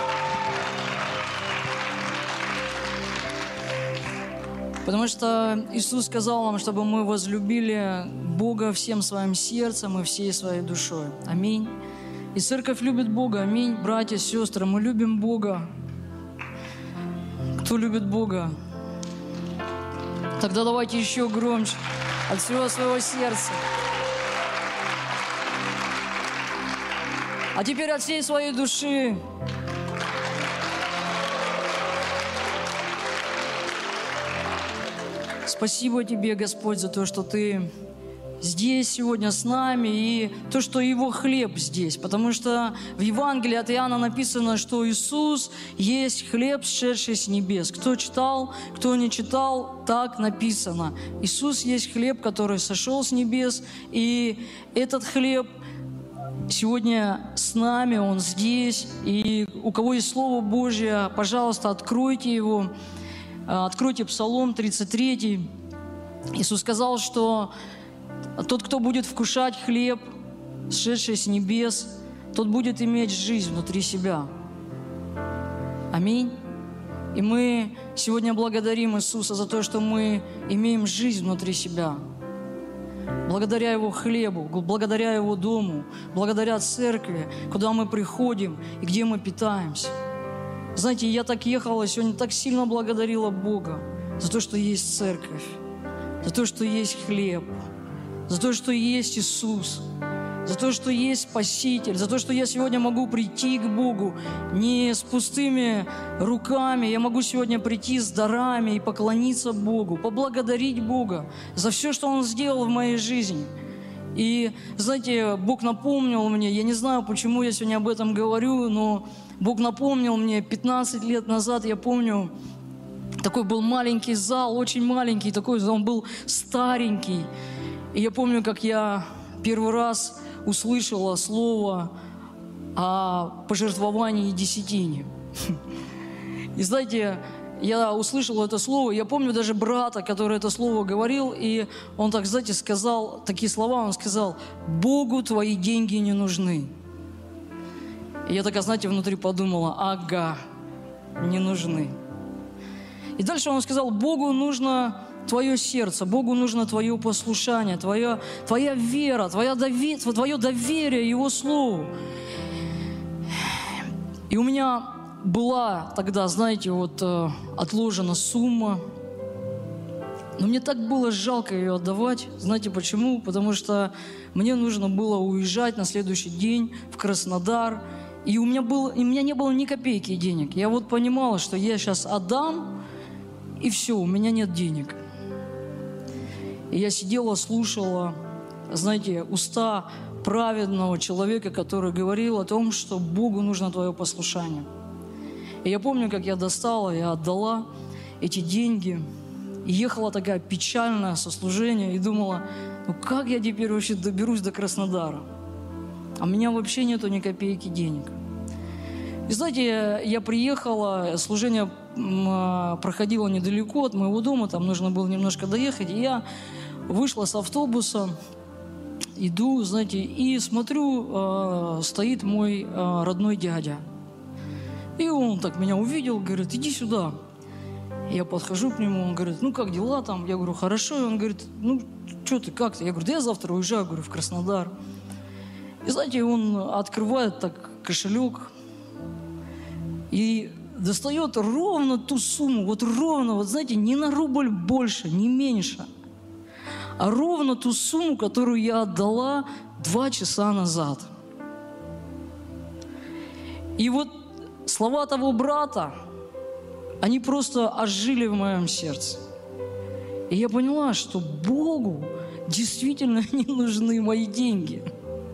Потому что Иисус сказал нам, чтобы мы возлюбили Бога всем своим сердцем и всей своей душой. Аминь. И церковь любит Бога. Аминь. Братья, сестры, мы любим Бога. Кто любит Бога? Тогда давайте еще громче, от всего своего сердца. А теперь от всей своей души. Спасибо тебе, Господь, за то, что Ты здесь сегодня с нами, и то, что Его хлеб здесь. Потому что в Евангелии от Иоанна написано, что Иисус есть хлеб, сшедший с небес. Кто читал, кто не читал, так написано. Иисус есть хлеб, который сошел с небес, и этот хлеб сегодня с нами, Он здесь. И у кого есть Слово Божье, пожалуйста, откройте его. Откройте Псалом 33. Иисус сказал, что тот, кто будет вкушать хлеб, сшедший с небес, тот будет иметь жизнь внутри себя. Аминь. И мы сегодня благодарим Иисуса за то, что мы имеем жизнь внутри себя. Благодаря Его хлебу, благодаря Его дому, благодаря церкви, куда мы приходим и где мы питаемся. Знаете, я так ехала сегодня, так сильно благодарила Бога за то, что есть церковь, за то, что есть хлеб, за то, что есть Иисус, за то, что есть Спаситель, за то, что я сегодня могу прийти к Богу не с пустыми руками, я могу сегодня прийти с дарами и поклониться Богу, поблагодарить Бога за все, что Он сделал в моей жизни. И, знаете, Бог напомнил мне, я не знаю, почему я сегодня об этом говорю, но Бог напомнил мне 15 лет назад, я помню, такой был маленький зал, очень маленький, такой он был старенький. И я помню, как я первый раз услышала слово о пожертвовании и десятине. И знаете, я услышала это слово, я помню даже брата, который это слово говорил, и он так, знаете, сказал такие слова, он сказал: «Богу твои деньги не нужны». И я такая, знаете, внутри подумала: ага, не нужны. И дальше он сказал: Богу нужно твое сердце, Богу нужно твое послушание, твоя вера, твое доверие Его Слову. И у меня была тогда, знаете, вот отложена сумма, но мне так было жалко ее отдавать. Знаете почему? Потому что мне нужно было уезжать на следующий день в Краснодар, и у меня не было ни копейки денег. Я вот понимала, что я сейчас отдам, и все, у меня нет денег. И я сидела, слушала, знаете, уста праведного человека, который говорил о том, что Богу нужно твое послушание. И я помню, как я достала, я отдала эти деньги, и ехала такая печальная со служения, и думала: ну как я теперь вообще доберусь до Краснодара? А у меня вообще нету ни копейки денег. И знаете, я приехала, служение проходило недалеко от моего дома, там нужно было немножко доехать, и я вышла с автобуса, иду, знаете, и смотрю, стоит мой родной дядя. И он так меня увидел, говорит: иди сюда. Я подхожу к нему, он говорит: ну как дела там? Я говорю: хорошо. И он говорит: ну что ты, как ты? Я говорю: да я завтра уезжаю, говорю, в Краснодар. И знаете, он открывает так кошелек и достает ровно ту сумму, вот ровно, вот знаете, не на рубль больше, не меньше, а ровно ту сумму, которую я отдала 2 часа назад. И вот слова того брата, они просто ожили в моем сердце. И я поняла, что Богу действительно не нужны мои деньги.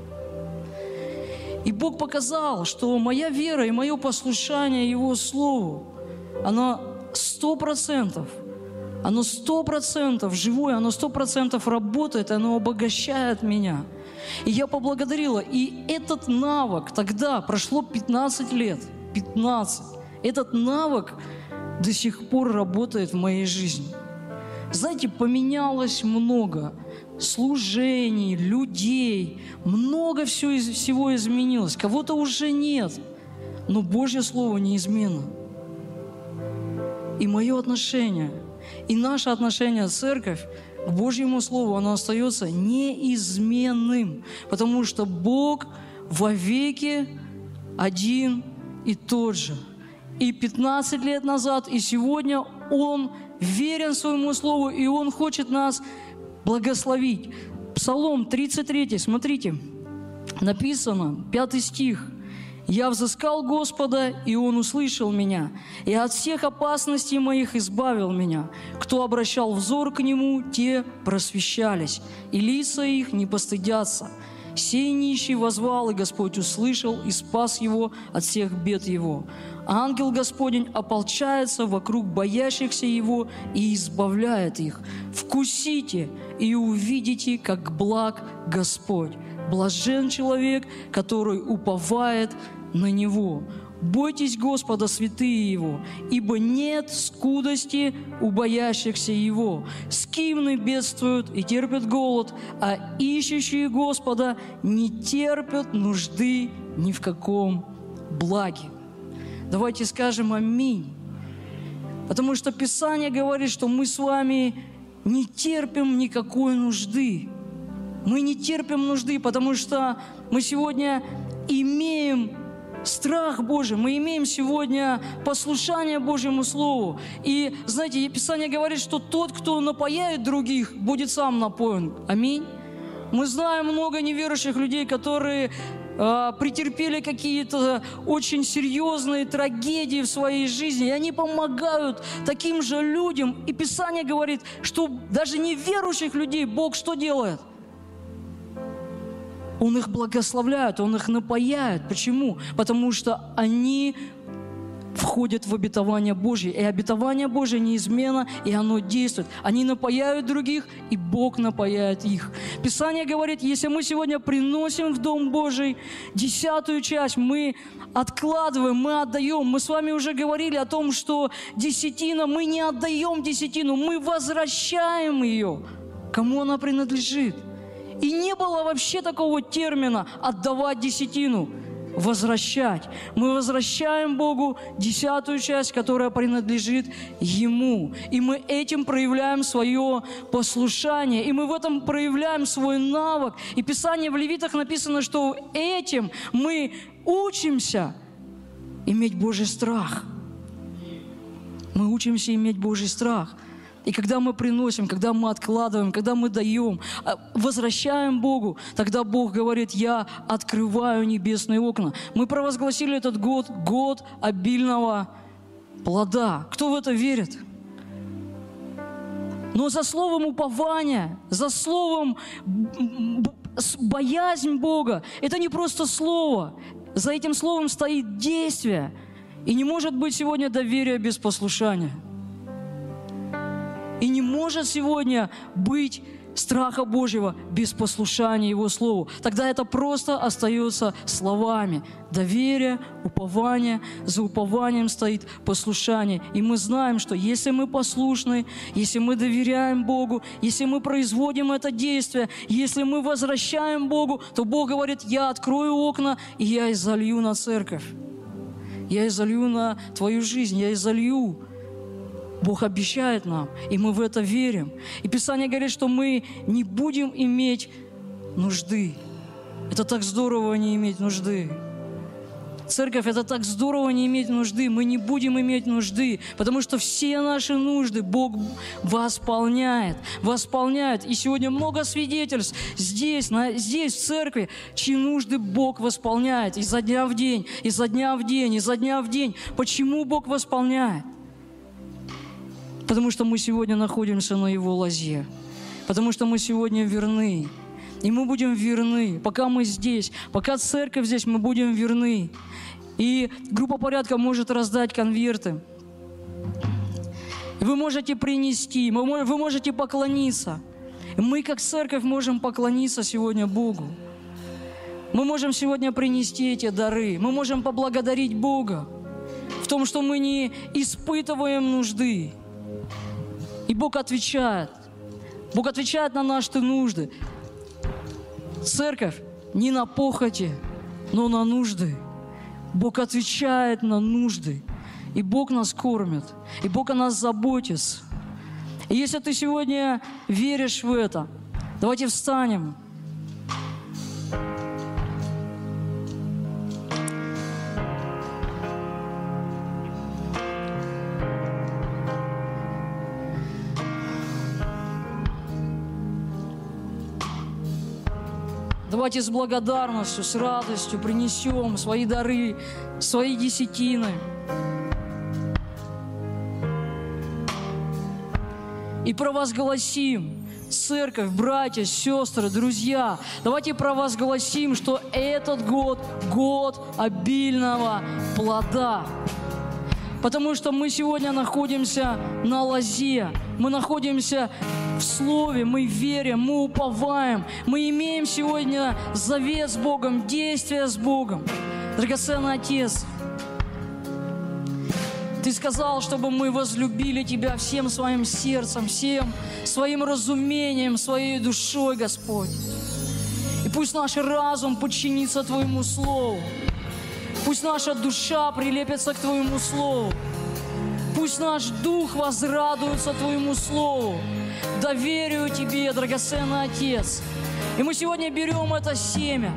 И Бог показал, что моя вера и мое послушание Его Слову, оно 100%, оно 100% живое, оно 100% работает, оно обогащает меня. И я поблагодарила. И этот навык тогда, прошло 15 лет, 15, этот навык до сих пор работает в моей жизни. Знаете, поменялось много служений, людей, много всего изменилось. Кого-то уже нет, но Божье Слово неизменно. И мое отношение, и наше отношение, церковь, к Божьему Слову, оно остается неизменным, потому что Бог вовеки один и тот же. И 15 лет назад, и сегодня Он верен своему Слову, и Он хочет нас благословить. Псалом 33, смотрите, написано, 5 стих. «Я взыскал Господа, и Он услышал меня, и от всех опасностей моих избавил меня. Кто обращал взор к Нему, те просвещались, и лица их не постыдятся. Сей нищий воззвал, и Господь услышал, и спас его от всех бед его. Ангел Господень ополчается вокруг боящихся Его и избавляет их. Вкусите и увидите, как благ Господь. блажен человек, который уповает на Него. Бойтесь Господа, святые Его, ибо нет скудости у боящихся Его. Скимны бедствуют и терпят голод, а ищущие Господа не терпят нужды ни в каком благе. Давайте скажем аминь. Потому что Писание говорит, что мы с вами не терпим никакой нужды. Мы не терпим нужды, потому что мы сегодня имеем страх Божий, мы имеем сегодня послушание Божьему Слову. И, знаете, Писание говорит, что тот, кто напояет других, будет сам напоен. Аминь. Мы знаем много неверующих людей, которые претерпели какие-то очень серьезные трагедии в своей жизни, и они помогают таким же людям. И Писание говорит, что даже неверующих людей Бог что делает? Он их благословляет, Он их напояет. Почему? Потому что они входят в обетование Божье. И обетование Божье неизменно, и оно действует. Они напояют других, и Бог напояет их. Писание говорит, если мы сегодня приносим в Дом Божий 10-ю часть, мы откладываем, мы отдаем. Мы с вами уже говорили о том, что десятина, мы не отдаем десятину, мы возвращаем ее. Кому она принадлежит? И не было вообще такого термина «отдавать десятину», «возвращать». Мы возвращаем Богу 10-ю часть, которая принадлежит Ему. И мы этим проявляем свое послушание. И мы в этом проявляем свой навык. И Писание в Левитах написано, что этим мы учимся иметь Божий страх. Мы учимся иметь Божий страх. И когда мы приносим, когда мы откладываем, когда мы даем, возвращаем Богу, тогда Бог говорит, я открываю небесные окна. Мы провозгласили этот год, год обильного плода. Кто в это верит? Но за словом упования, за словом боязнь Бога, это не просто слово. За этим словом стоит действие. И не может быть сегодня доверия без послушания. И не может сегодня быть страха Божьего без послушания Его Слову. Тогда это просто остается словами. Доверие, упование, за упованием стоит послушание. И мы знаем, что если мы послушны, если мы доверяем Богу, если мы производим это действие, если мы возвращаем Богу, то Бог говорит, я открою окна, и я изолью на церковь. Я изолью на твою жизнь, я изолью. Бог обещает нам, и мы в это верим. И Писание говорит, что мы не будем иметь нужды. Это так здорово не иметь нужды. Церковь, это так здорово не иметь нужды. Мы не будем иметь нужды, потому что все наши нужды Бог восполняет. Восполняет. И сегодня много свидетельств здесь, в церкви, чьи нужды Бог восполняет изо дня в день, изо дня в день, изо дня в день. Почему Бог восполняет? Потому что мы сегодня находимся на Его лозе. Потому что мы сегодня верны. И мы будем верны. Пока мы здесь, пока церковь здесь, мы будем верны. И группа порядка может раздать конверты. Вы можете принести, вы можете поклониться. Мы, как церковь, можем поклониться сегодня Богу. Мы можем сегодня принести эти дары. Мы можем поблагодарить Бога в том, что мы не испытываем нужды. И Бог отвечает. Бог отвечает на наши нужды. Церковь не на похоти, но на нужды. Бог отвечает на нужды. И Бог нас кормит. И Бог о нас заботится. И если ты сегодня веришь в это, давайте встанем. Давайте с благодарностью, с радостью принесем свои дары, свои десятины. И провозгласим, церковь, братья, сестры, друзья, давайте провозгласим, что этот год – год обильного плода. Потому что мы сегодня находимся на лозе, мы находимся в Слове, мы верим, мы уповаем, мы имеем сегодня завет с Богом, действие с Богом. Драгоценный Отец, Ты сказал, чтобы мы возлюбили Тебя всем своим сердцем, всем своим разумением, своей душой, Господь. И пусть наш разум подчинится Твоему Слову. Пусть наша душа прилепится к Твоему Слову. Пусть наш дух возрадуется Твоему Слову. Доверию Тебе, драгоценный Отец. И мы сегодня берем это семя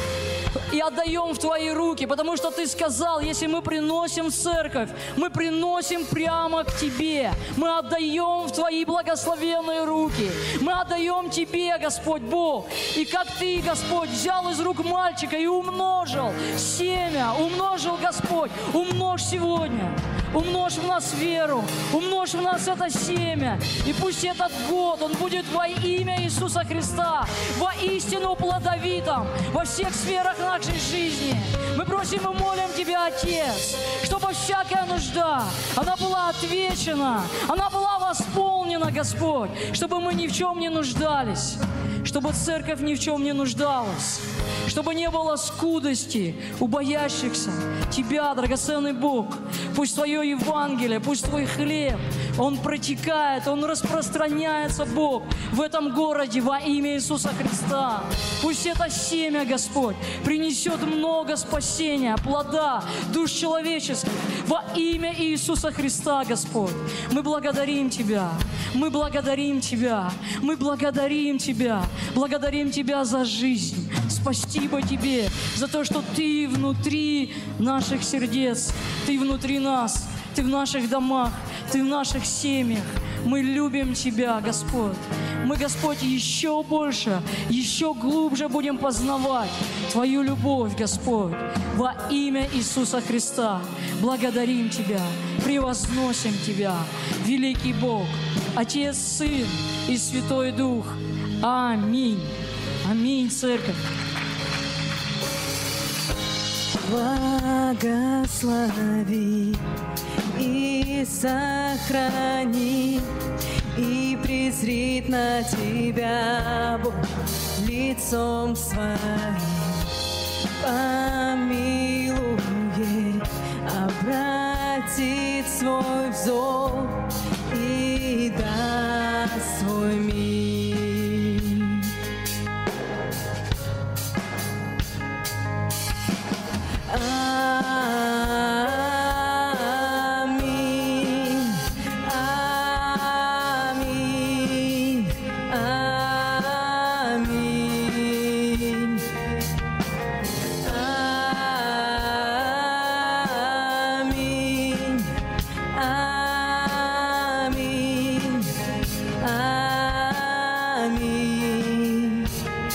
и отдаем в Твои руки, потому что Ты сказал, если мы приносим в церковь, мы приносим прямо к Тебе. Мы отдаем в Твои благословенные руки. Мы отдаем Тебе, Господь Бог. И как Ты, Господь, взял из рук мальчика и умножил семя, умножил, Господь, умножь сегодня. Умножь в нас веру, умножь в нас это семя. И пусть этот год, он будет во имя Иисуса Христа, воистину плодовитым во всех сферах нашей жизни. Мы просим и молим Тебя, Отец, чтобы всякая нужда, она была отвечена, она была восполнена, Господь, чтобы мы ни в чем не нуждались, чтобы церковь ни в чем не нуждалась, чтобы не было скудости у боящихся Тебя, драгоценный Бог. Пусть Твое Евангелие, пусть Твой хлеб, он протекает, он распространяется, Бог, в этом городе во имя Иисуса Христа. Пусть это семя, Господь, принесет много спасения, плода, душ человеческих во имя Иисуса Христа, Господь. Мы благодарим Тебя, мы благодарим Тебя, мы благодарим Тебя, благодарим Тебя за жизнь. Спасибо Тебе за то, что Ты внутри наших сердец, Ты внутри нас, Ты в наших домах, Ты в наших семьях. Мы любим Тебя, Господь. Мы, Господь, еще больше, еще глубже будем познавать Твою любовь, Господь. Во имя Иисуса Христа благодарим Тебя, превозносим Тебя, великий Бог, Отец, Сын и Святой Дух. Аминь. Аминь, Церковь. Благослови и сохрани, и презрит на Тебя Бог лицом Своим, помилует, обратит свой взор и даст свой мир. Аминь, аминь, аминь, аминь, аминь,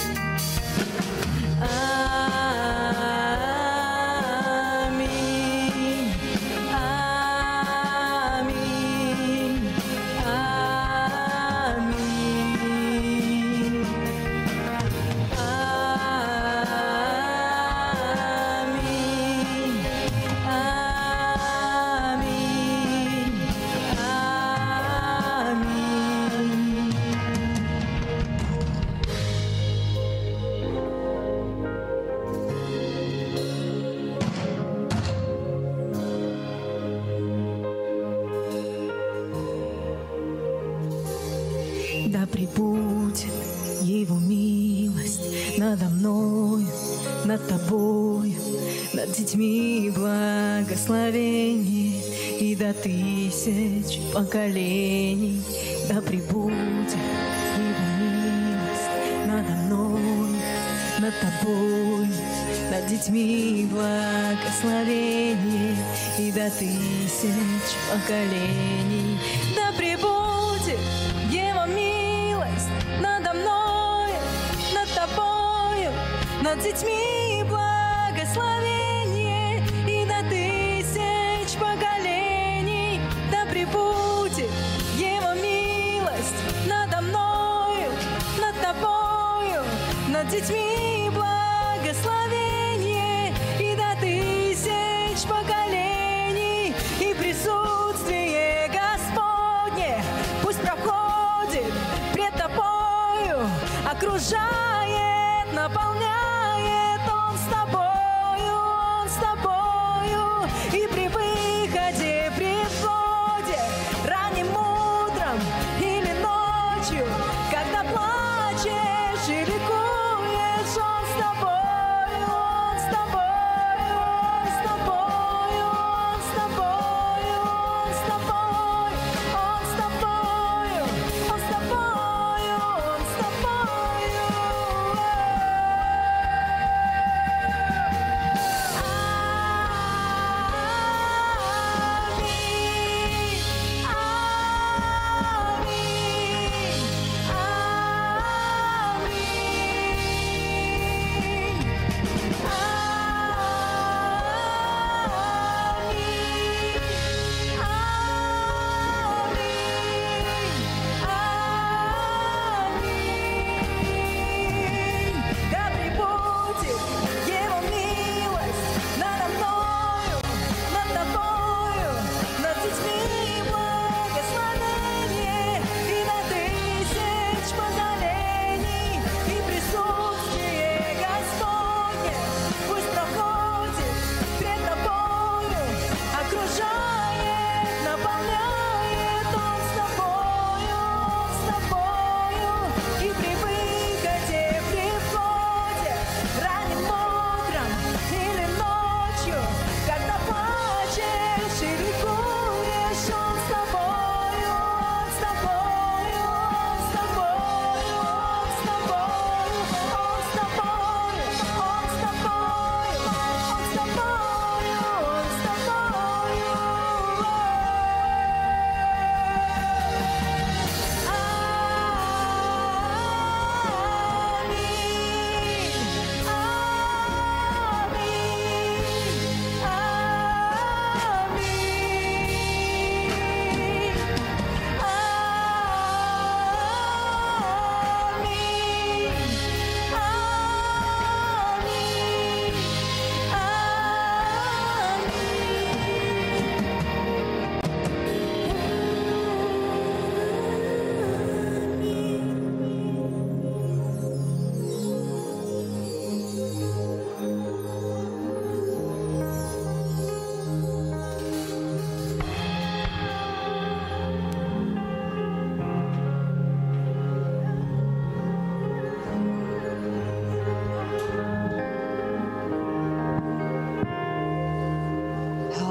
Да пребудет Его милость надо мною, над тобою, над детьми благословение и до тысяч поколений. Да пребудет Его милость надо мною, над тобою, над детьми благословение и до тысяч поколений. Да пребудет Его милость надо мною, над тобою, над детьми благословение и до тысяч поколений. Да пребудет Его милость надо мною, над тобою, над детьми благословение и до тысяч поколений. И присутствие Господне пусть проходит пред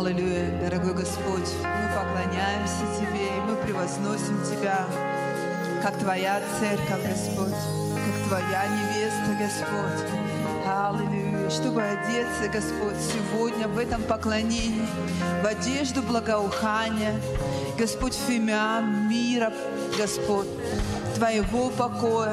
Аллилуйя, дорогой Господь, мы поклоняемся Тебе, и мы превозносим Тебя, как Твоя церковь, Господь, как Твоя невеста, Господь. Аллилуйя, чтобы одеться, Господь, сегодня в этом поклонении, в одежду благоухания, Господь, фимиам мира, Господь, Твоего покоя,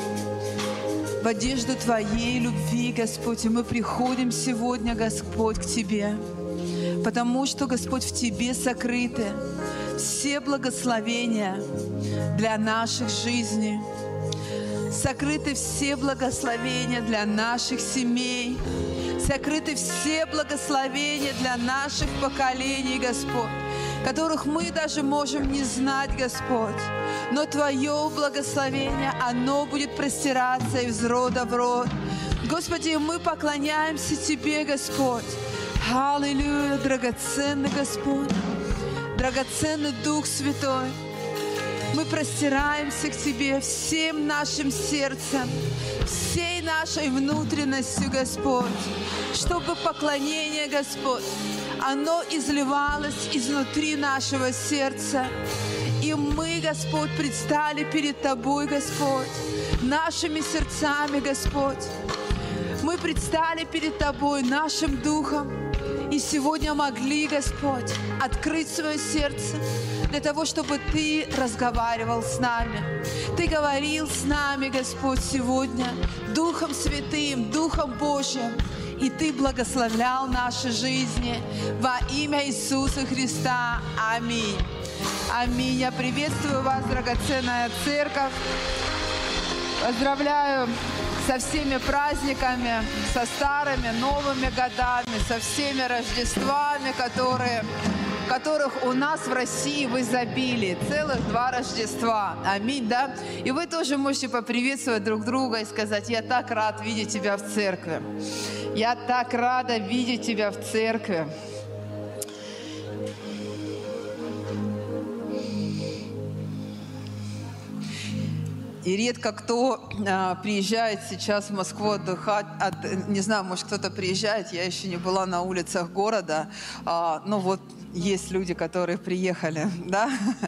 в одежду Твоей любви, Господь, и мы приходим сегодня, Господь, к Тебе, потому что, Господь, в Тебе сокрыты все благословения для наших жизней, сокрыты все благословения для наших семей, сокрыты все благословения для наших поколений, Господь, которых мы даже можем не знать, Господь. Но Твое благословение, оно будет простираться из рода в род. Господи, мы поклоняемся Тебе, Господь. Аллилуйя, драгоценный Господь, драгоценный Дух Святой. Мы простираемся к Тебе всем нашим сердцем, всей нашей внутренностью, Господь, чтобы поклонение, Господь, оно изливалось изнутри нашего сердца. И мы, Господь, предстали перед Тобой, Господь, нашими сердцами, Господь. Мы предстали перед Тобой нашим духом. И сегодня могли, Господь, открыть свое сердце для того, чтобы Ты разговаривал с нами. Ты говорил с нами, Господь, сегодня Духом Святым, Духом Божьим. И Ты благословлял наши жизни во имя Иисуса Христа. Аминь. Аминь. Я приветствую вас, драгоценная церковь. Поздравляю со всеми праздниками, со старыми, новыми годами, со всеми Рождествами, которых у нас в России в изобилии. Целых 2 Рождества. Аминь, да? И вы тоже можете поприветствовать друг друга и сказать: я так рад видеть тебя в церкви. Я так рада видеть тебя в церкви. И редко кто приезжает сейчас в Москву отдыхать. Не знаю, может, кто-то приезжает, я еще не была на улицах города. Ну вот, есть люди, которые приехали, да?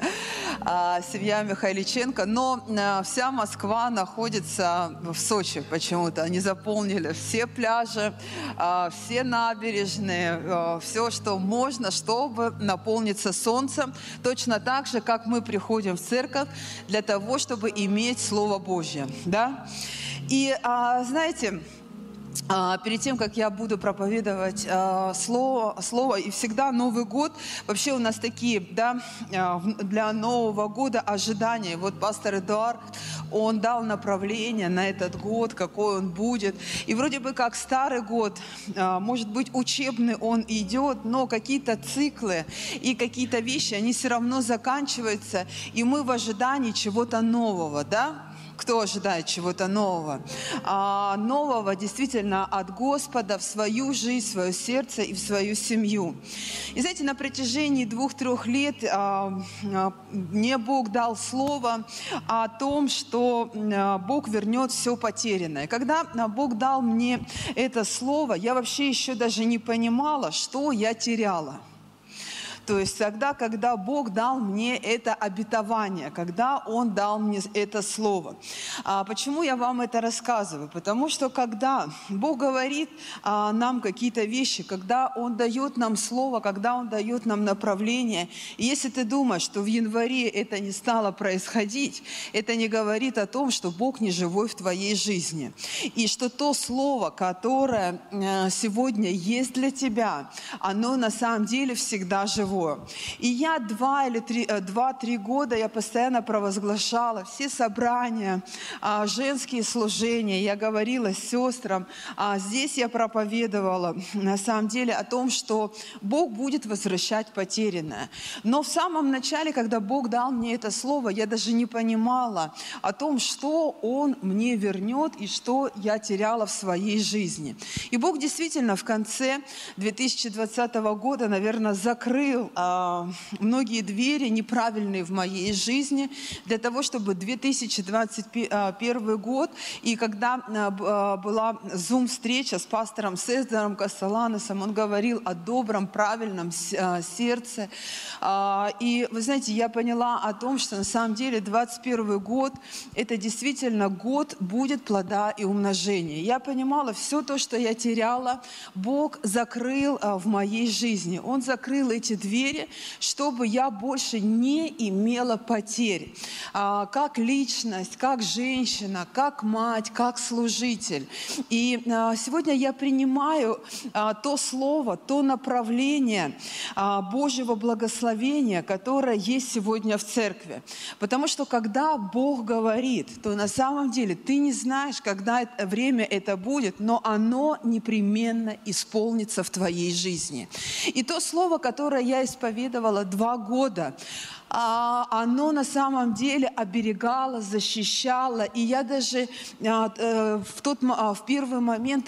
Семья Михайличенко. Но вся Москва находится в Сочи почему-то. Они заполнили все пляжи, все набережные, все, что можно, чтобы наполниться солнцем. Точно так же, как мы приходим в церковь для того, чтобы иметь Слово Божье. Да? И знаете, перед тем, как я буду проповедовать слово, и всегда Новый год, вообще у нас такие, да, для Нового года ожидания. Вот пастор Эдуард, он дал направление на этот год, какой он будет. И вроде бы как старый год, может быть, учебный он идет, но какие-то циклы и какие-то вещи, они все равно заканчиваются, и мы в ожидании чего-то нового, да? Кто ожидает чего-то нового? Нового действительно от Господа в свою жизнь, в свое сердце и в свою семью. И знаете, на протяжении 2-3 лет мне Бог дал слово о том, что Бог вернет все потерянное. Когда Бог дал мне это слово, я вообще еще даже не понимала, что я теряла. То есть тогда, когда Бог дал мне это обетование, когда Он дал мне это слово. Почему я вам это рассказываю? Потому что когда Бог говорит нам какие-то вещи, когда Он дает нам слово, когда Он дает нам направление, и если ты думаешь, что в январе это не стало происходить, это не говорит о том, что Бог не живой в твоей жизни. И что то слово, которое сегодня есть для тебя, оно на самом деле всегда живое. И я 2-3 года я постоянно провозглашала все собрания, женские служения. Я говорила сестрам, здесь я проповедовала на самом деле о том, что Бог будет возвращать потерянное. Но в самом начале, когда Бог дал мне это слово, я даже не понимала о том, что Он мне вернет и что я теряла в своей жизни. И Бог действительно в конце 2020 года, наверное, закрыл открыл многие двери неправильные в моей жизни для того, чтобы 2021 год, и когда была Zoom-встреча с пастором Сезаром Кассаланосом, он говорил о добром, правильном сердце. И вы знаете, я поняла о том, что на самом деле 2021 год – это действительно год будет плода и умножения. Я понимала, все то, что я теряла, Бог закрыл в моей жизни. Он закрыл эти двери, чтобы я больше не имела потерь. Как личность, как женщина, как мать, как служитель. И сегодня я принимаю то слово, то направление Божьего благословения, которое есть сегодня в церкви. Потому что когда Бог говорит, то на самом деле ты не знаешь, когда время это будет, но оно непременно исполнится в твоей жизни. И то слово, которое я исповедовала 2 года, оно на самом деле оберегало, защищало. И я даже в первый момент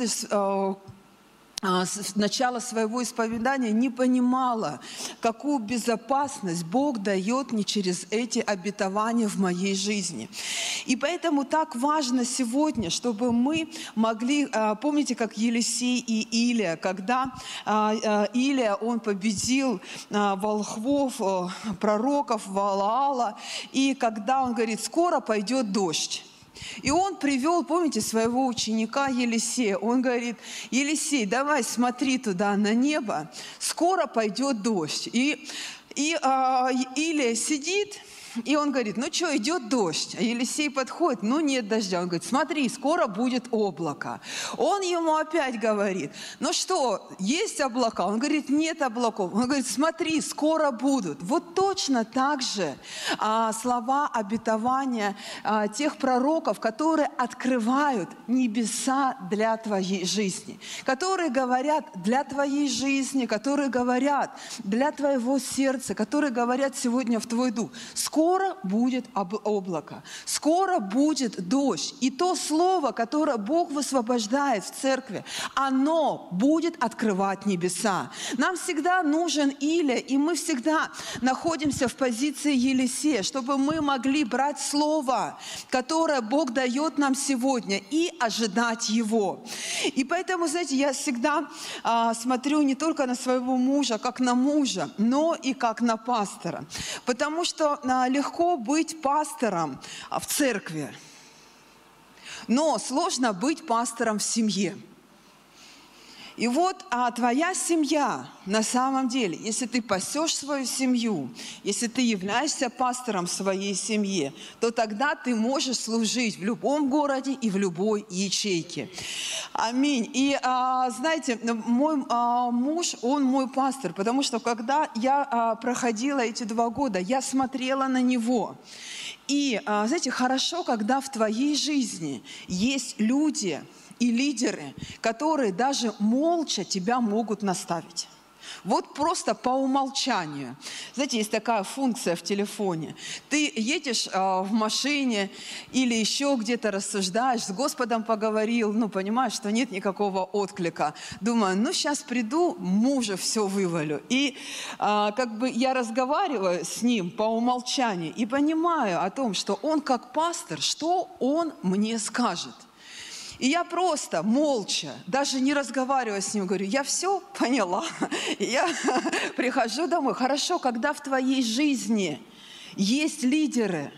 с начала своего исповедания не понимала, какую безопасность Бог дает мне через эти обетования в моей жизни. И поэтому так важно сегодня, чтобы мы могли, помните, как Елисей и Илия, когда Илия, он победил волхвов, пророков Ваала, и когда он говорит, скоро пойдет дождь. И он привел, помните, своего ученика Елисея. Он говорит, Елисей, давай смотри туда на небо, скоро пойдет дождь. И Илия сидит, и он говорит, ну что, идет дождь. А Елисей подходит, ну нет дождя. Он говорит, смотри, скоро будет облако. Он ему опять говорит, ну что, есть облака? Он говорит, нет облаков. Он говорит, смотри, скоро будут. Вот точно так же слова обетования тех пророков, которые открывают небеса для твоей жизни, которые говорят для твоей жизни, которые говорят для твоего сердца, которые говорят сегодня в твой дух. Скоро будет облако, скоро будет дождь. И то слово, которое Бог высвобождает в церкви, оно будет открывать небеса. Нам всегда нужен Илия, и мы всегда находимся в позиции Елисея, чтобы мы могли брать слово, которое Бог дает нам сегодня, и ожидать его. И поэтому, знаете, я всегда смотрю не только на своего мужа, как на мужа, но и как на пастора. Потому что легко быть пастором в церкви, но сложно быть пастором в семье. И вот твоя семья, на самом деле, если ты пасешь свою семью, если ты являешься пастором в своей семье, то тогда ты можешь служить в любом городе и в любой ячейке. Аминь. И знаете, мой муж, он мой пастор, потому что когда я проходила эти 2 года, я смотрела на него. И, знаете, хорошо, когда в твоей жизни есть люди и лидеры, которые даже молча тебя могут наставить. Вот просто по умолчанию. Знаете, есть такая функция в телефоне. Ты едешь в машине или еще где-то рассуждаешь, с Господом поговорил, понимаешь, что нет никакого отклика. Думаю, сейчас приду, мужу все вывалю. И я разговариваю с ним по умолчанию и понимаю о том, что он как пастор, что он мне скажет. И я просто молча, даже не разговаривая с ним, говорю, я все поняла. Я прихожу домой. Хорошо, когда в твоей жизни есть лидеры,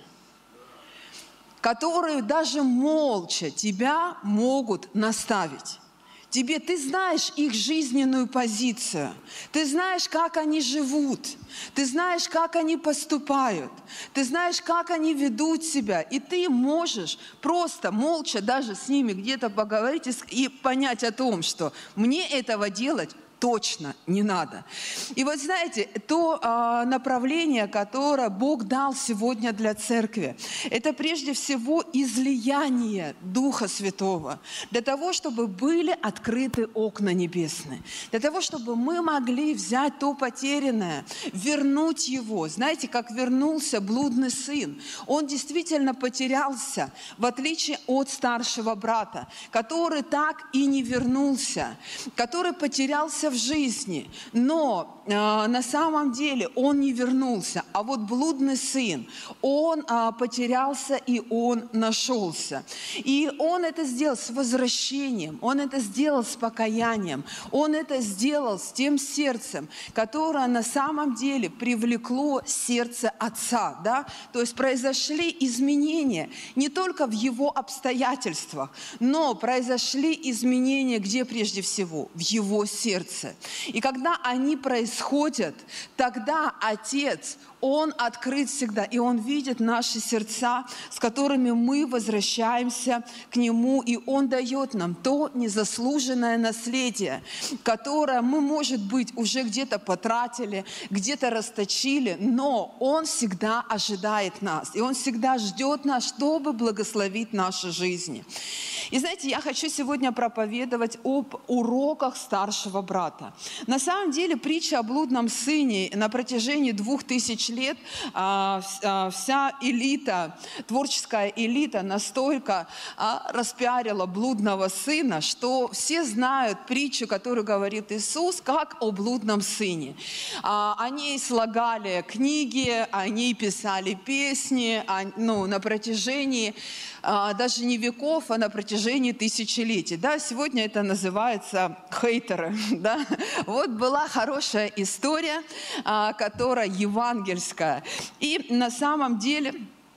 которые даже молча тебя могут наставить. Ты знаешь их жизненную позицию, ты знаешь, как они живут, ты знаешь, как они поступают, ты знаешь, как они ведут себя, и ты можешь просто молча даже с ними где-то поговорить и понять о том, что мне этого делать точно не надо. И вот знаете, то направление, которое Бог дал сегодня для церкви, это прежде всего излияние Духа Святого, для того, чтобы были открыты окна небесные, для того, чтобы мы могли взять то потерянное, вернуть его. Знаете, как вернулся блудный сын. Он действительно потерялся, в отличие от старшего брата, который так и не вернулся, который потерялся потерялся в жизни, но на самом деле он не вернулся. А вот блудный сын, он потерялся и он нашелся. И он это сделал с возвращением, он это сделал с покаянием, он это сделал с тем сердцем, которое на самом деле привлекло сердце отца. Да? То есть произошли изменения не только в его обстоятельствах, но произошли изменения где прежде всего? В его сердце. И когда они происходят, тогда Отец, Он открыт всегда, и Он видит наши сердца, с которыми мы возвращаемся к Нему, и Он дает нам то незаслуженное наследие, которое мы, может быть, уже где-то потратили, где-то расточили, но Он всегда ожидает нас, и Он всегда ждет нас, чтобы благословить наши жизни. И знаете, я хочу сегодня проповедовать об уроках старшего брата. На самом деле притча о блудном сыне на протяжении 2000 лет вся элита, творческая элита настолько распиарила блудного сына, что все знают притчу, которую говорит Иисус, как о блудном сыне. Они слагали книги, они писали песни на протяжении даже не веков, а на протяжении тысячелетий. Да, сегодня это называется хейтеры. Да? Вот была хорошая история, которая евангельская. И на самом деле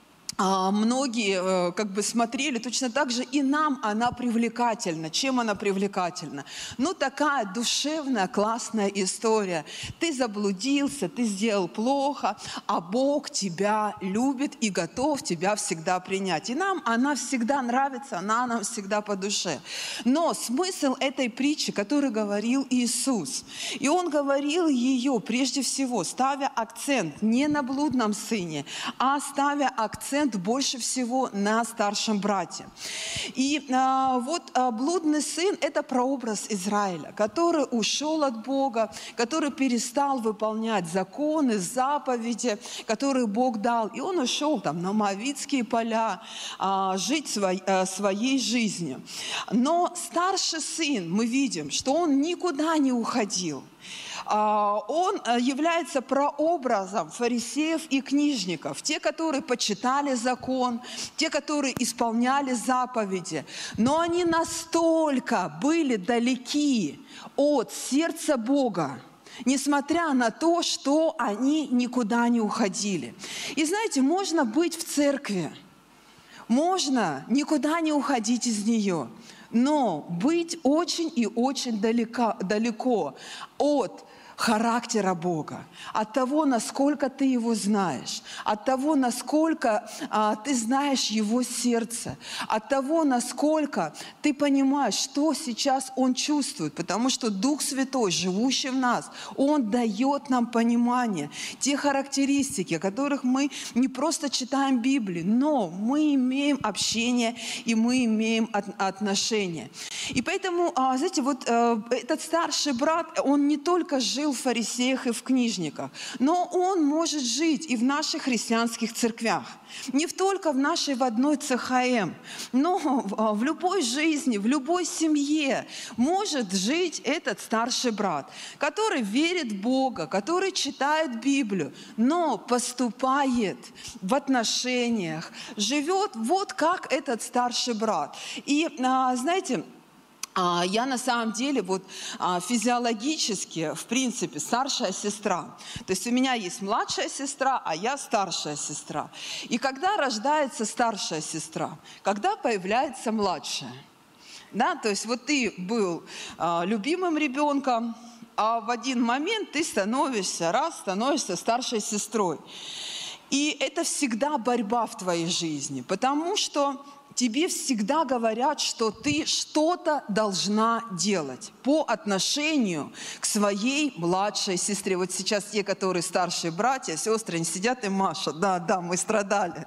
многие смотрели, точно так же и нам она привлекательна. Чем она привлекательна? Такая душевная, классная история. Ты заблудился, ты сделал плохо, а Бог тебя любит и готов тебя всегда принять. И нам она всегда нравится, она нам всегда по душе. Но смысл этой притчи, которую говорил Иисус, и Он говорил ее прежде всего, ставя акцент не на блудном сыне, а ставя акцент больше всего на старшем брате. И блудный сын – это прообраз Израиля, который ушел от Бога, который перестал выполнять законы, заповеди, которые Бог дал. И он ушел на Моавитские поля, жить своей жизнью. Но старший сын, мы видим, что он никуда не уходил. Он является прообразом фарисеев и книжников, те, которые почитали закон, те, которые исполняли заповеди, но они настолько были далеки от сердца Бога, несмотря на то, что они никуда не уходили. И знаете, можно быть в церкви, можно никуда не уходить из нее, но быть очень и очень далеко от характера Бога, от того, насколько ты Его знаешь, от того, насколько ты знаешь Его сердце, от того, насколько ты понимаешь, что сейчас Он чувствует, потому что Дух Святой, живущий в нас, Он дает нам понимание, те характеристики, о которых мы не просто читаем Библию, но мы имеем общение и мы имеем отношения. И поэтому, знаете, этот старший брат, он не только жил в фарисеях и в книжниках, но он может жить и в наших христианских церквях. Не только в нашей в одной ЦХМ, но в любой жизни, в любой семье может жить этот старший брат, который верит в Бога, который читает Библию, но поступает в отношениях, живет вот как этот старший брат. И, знаете, я на самом деле физиологически, в принципе, старшая сестра. То есть у меня есть младшая сестра, а я старшая сестра. И когда рождается старшая сестра, когда появляется младшая, да, то есть ты был любимым ребенком, а в один момент ты становишься старшей сестрой. И это всегда борьба в твоей жизни, потому что тебе всегда говорят, что ты что-то должна делать по отношению к своей младшей сестре. Вот сейчас те, которые старшие братья, сестры, они сидят и машут. Да, мы страдали.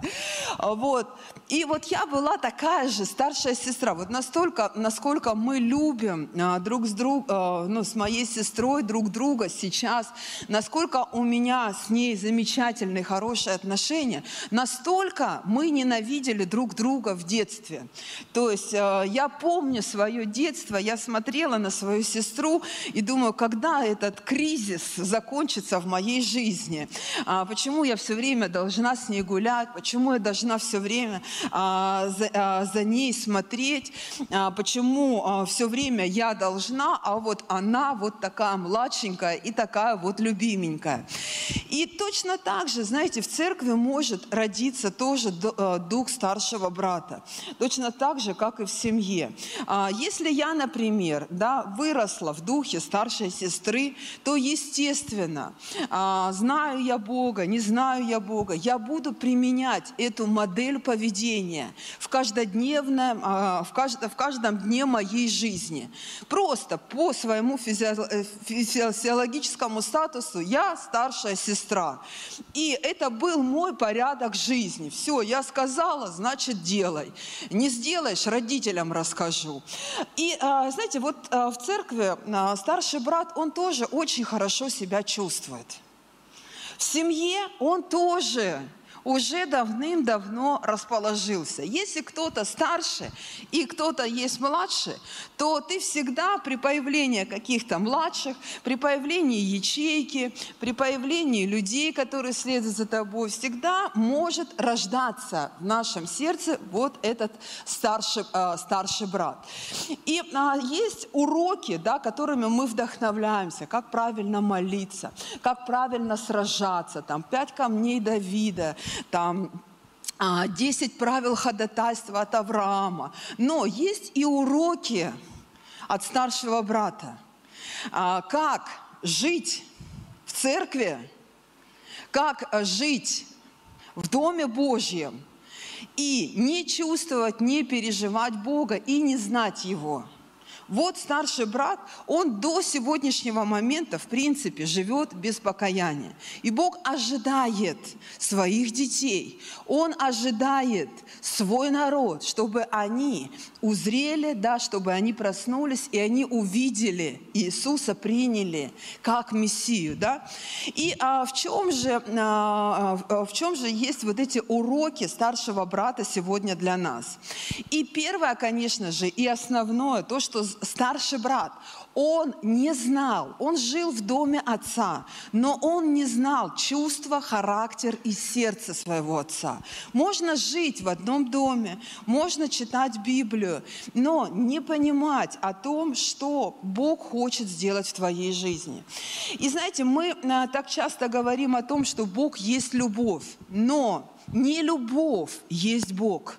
И я была такая же старшая сестра. Настолько, насколько мы любим друг с другом, с моей сестрой друг друга сейчас, насколько у меня с ней замечательные, хорошие отношения, настолько мы ненавидели друг друга в детстве. детстве. То есть я помню свое детство, я смотрела на свою сестру и думаю, когда этот кризис закончится в моей жизни? Почему я все время должна с ней гулять? Почему я должна все время за ней смотреть? Почему все время я должна, а вот она вот такая младшенькая и такая вот любименькая? И точно так же, знаете, в церкви может родиться тоже дух старшего брата. Точно так же, как и в семье. Если я, например, выросла в духе старшей сестры, то, естественно, знаю я Бога, не знаю я Бога, я буду применять эту модель поведения в каждом дне моей жизни. Просто по своему физиологическому статусу я старшая сестра. И это был мой порядок жизни. Все, я сказала, значит, делай. Не сделаешь, родителям расскажу. И, знаете, вот в церкви старший брат, он тоже очень хорошо себя чувствует. В семье он тоже уже давным-давно расположился. Если кто-то старше и кто-то есть младше, то ты всегда при появлении каких-то младших, при появлении ячейки, при появлении людей, которые следуют за тобой, всегда может рождаться в нашем сердце вот этот старший брат. И есть уроки, которыми мы вдохновляемся, как правильно молиться, как правильно сражаться, 5 камней Давида, 10 правил ходатайства от Авраама. Но есть и уроки от старшего брата. Как жить в церкви, как жить в Доме Божьем и не чувствовать, не переживать Бога и не знать Его. Вот старший брат, он до сегодняшнего момента, в принципе, живет без покаяния. И Бог ожидает своих детей. Он ожидает свой народ, чтобы они узрели, чтобы они проснулись, и они увидели Иисуса, приняли как Мессию. И в чем же есть вот эти уроки старшего брата сегодня для нас? И первое, конечно же, и основное, то, что старший брат, он не знал, он жил в доме отца, но он не знал чувства, характер и сердце своего отца. Можно жить в одном доме, можно читать Библию, но не понимать о том, что Бог хочет сделать в твоей жизни. И знаете, мы так часто говорим о том, что Бог есть любовь, но не любовь есть Бог.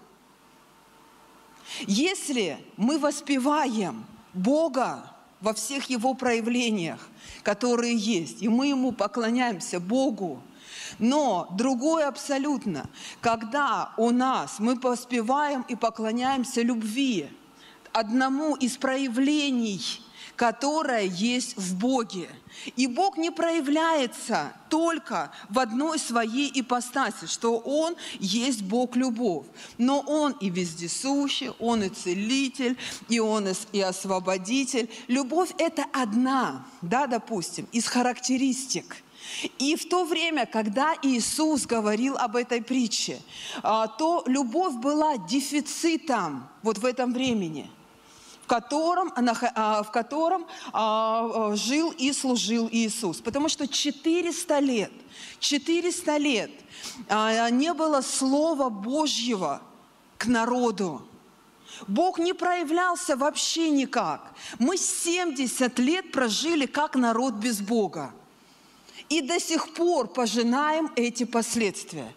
Если мы воспеваем Бога во всех Его проявлениях, которые есть, и мы Ему поклоняемся, Богу, но другое абсолютно, когда мы воспеваем и поклоняемся любви, одному из проявлений, которое есть в Боге. И Бог не проявляется только в одной своей ипостаси, что Он есть Бог-любовь. Но Он и вездесущий, Он и целитель, и Он и освободитель. Любовь – это одна, допустим, из характеристик. И в то время, когда Иисус говорил об этой притче, то любовь была дефицитом вот в этом времени, в котором жил и служил Иисус. Потому что 400 лет не было Слова Божьего к народу. Бог не проявлялся вообще никак. Мы 70 лет прожили как народ без Бога. И до сих пор пожинаем эти последствия.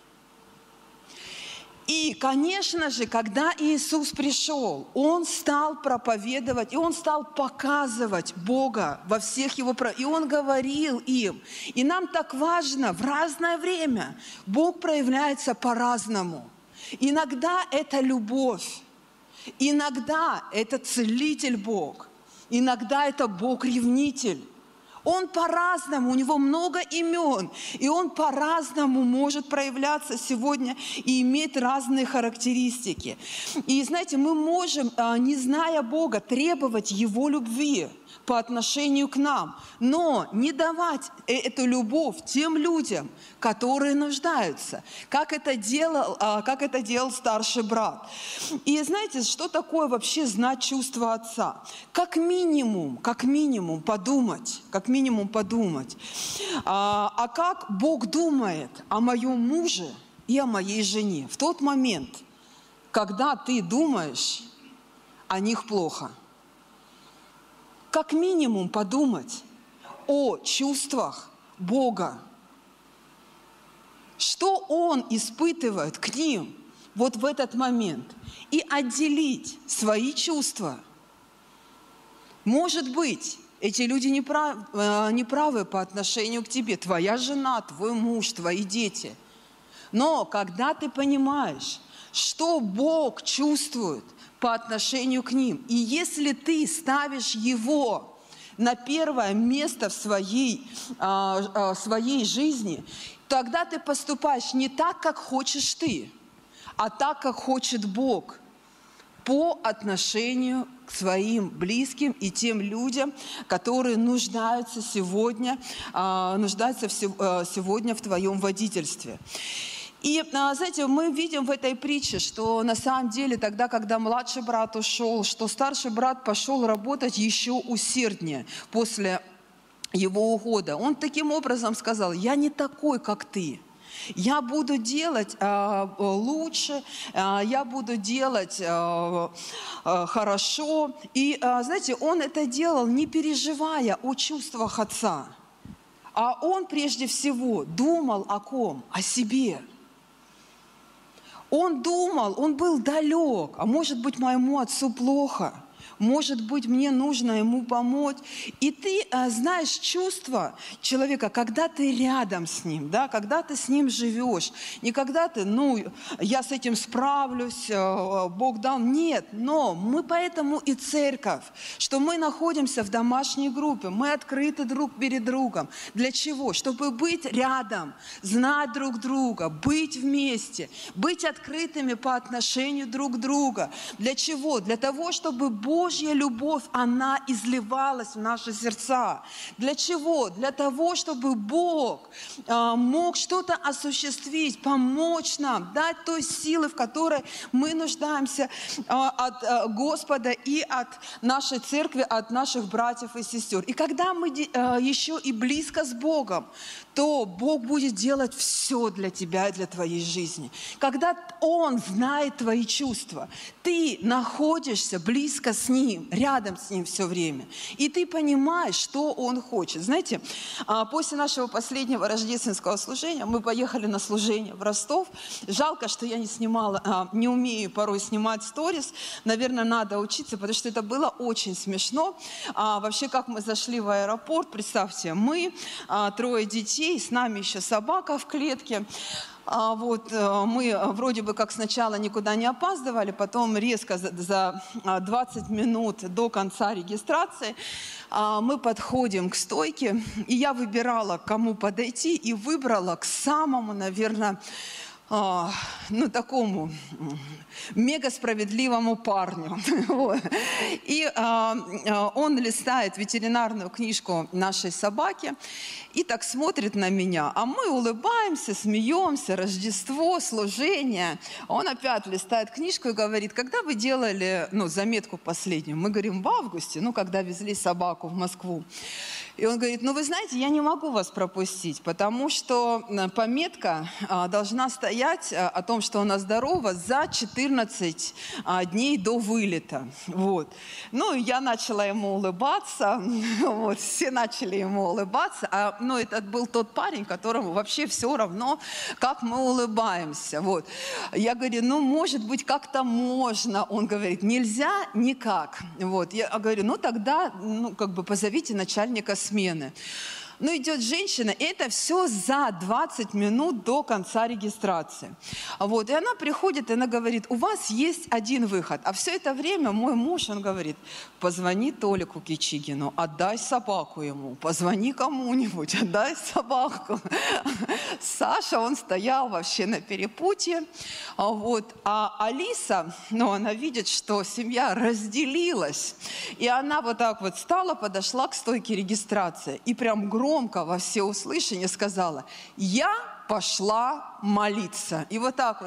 И, конечно же, когда Иисус пришел, Он стал проповедовать, и Он стал показывать Бога во всех Его проявлениях. И Он говорил им. И нам так важно, в разное время Бог проявляется по-разному. Иногда это любовь, иногда это целитель Бог, иногда это Бог-ревнитель. Он по-разному, у него много имен, и он по-разному может проявляться сегодня и иметь разные характеристики. И знаете, мы можем, не зная Бога, требовать Его любви по отношению к нам, но не давать эту любовь тем людям, которые нуждаются, как это делал старший брат. И знаете, что такое вообще знать чувства отца? Как минимум подумать, а как Бог думает о моем муже и о моей жене в тот момент, когда ты думаешь о них плохо. Как минимум подумать о чувствах Бога. Что Он испытывает к ним вот в этот момент. И отделить свои чувства. Может быть, эти люди неправы по отношению к тебе. Твоя жена, твой муж, твои дети. Но когда ты понимаешь, что Бог чувствует по отношению к ним. И если ты ставишь Его на первое место в своей жизни, тогда ты поступаешь не так, как хочешь ты, а так, как хочет Бог по отношению к своим близким и тем людям, которые нуждаются сегодня в твоем водительстве. И, знаете, мы видим в этой притче, что на самом деле тогда, когда младший брат ушел, что старший брат пошел работать еще усерднее после его ухода. Он таким образом сказал: «Я не такой, как ты. Я буду делать лучше, я буду делать хорошо». И, знаете, он это делал, не переживая о чувствах отца. А он прежде всего думал о ком? О себе. Он думал, он был далек, а может быть, моему отцу плохо, может быть, мне нужно ему помочь. И ты знаешь чувство человека, когда ты рядом с ним, да, когда ты с ним живешь. Не когда ты, я с этим справлюсь, Бог дал. Нет, но мы поэтому и церковь, что мы находимся в домашней группе, мы открыты друг перед другом. Для чего? Чтобы быть рядом, знать друг друга, быть вместе, быть открытыми по отношению друг к другу. Для чего? Для того, чтобы Божья любовь, она изливалась в наши сердца. Для чего? Для того, чтобы Бог мог что-то осуществить, помочь нам, дать той силы, в которой мы нуждаемся от Господа и от нашей церкви, от наших братьев и сестер. И когда мы еще и близко с Богом, то Бог будет делать все для тебя и для твоей жизни. Когда Он знает твои чувства, ты находишься близко с Ним, рядом с Ним все время, и ты понимаешь, что Он хочет. Знаете, после нашего последнего рождественского служения мы поехали на служение в Ростов. Жалко, что я не умею порой снимать сторис. Наверное, надо учиться, потому что это было очень смешно. Вообще, как мы зашли в аэропорт, представьте, мы, 3 детей, с нами еще собака в клетке. Мы вроде бы как сначала никуда не опаздывали, потом резко за 20 минут до конца регистрации мы подходим к стойке, и я выбирала, к кому подойти, и выбрала к самому, наверное, такому мега справедливому парню. И он листает ветеринарную книжку нашей собаки и так смотрит на меня. А мы улыбаемся, смеемся, Рождество, служение. Он опять листает книжку и говорит: когда вы делали заметку последнюю? Мы говорим: в августе, когда везли собаку в Москву. И он говорит: вы знаете, я не могу вас пропустить, потому что пометка должна стоять о том, что она здорова, за 14 дней до вылета. Я начала ему улыбаться, все начали ему улыбаться, но это был тот парень, которому вообще все равно, как мы улыбаемся. Я говорю: может быть, как-то можно. Он говорит: нельзя никак. Я говорю: тогда, позовите начальника смены. Ну, идет женщина, и это все за 20 минут до конца регистрации. Вот, и она приходит, и она говорит, у вас есть один выход. А все это время мой муж, он говорит, позвони Толику Кичигину, отдай собаку ему, позвони кому-нибудь, отдай собаку. Саша, он стоял вообще на перепутье. Вот. А Алиса, ну, она видит, что семья разделилась. И она вот так вот встала, подошла к стойке регистрации и прям громко во всеуслышание сказала: «Я пошла молиться». И вот так вот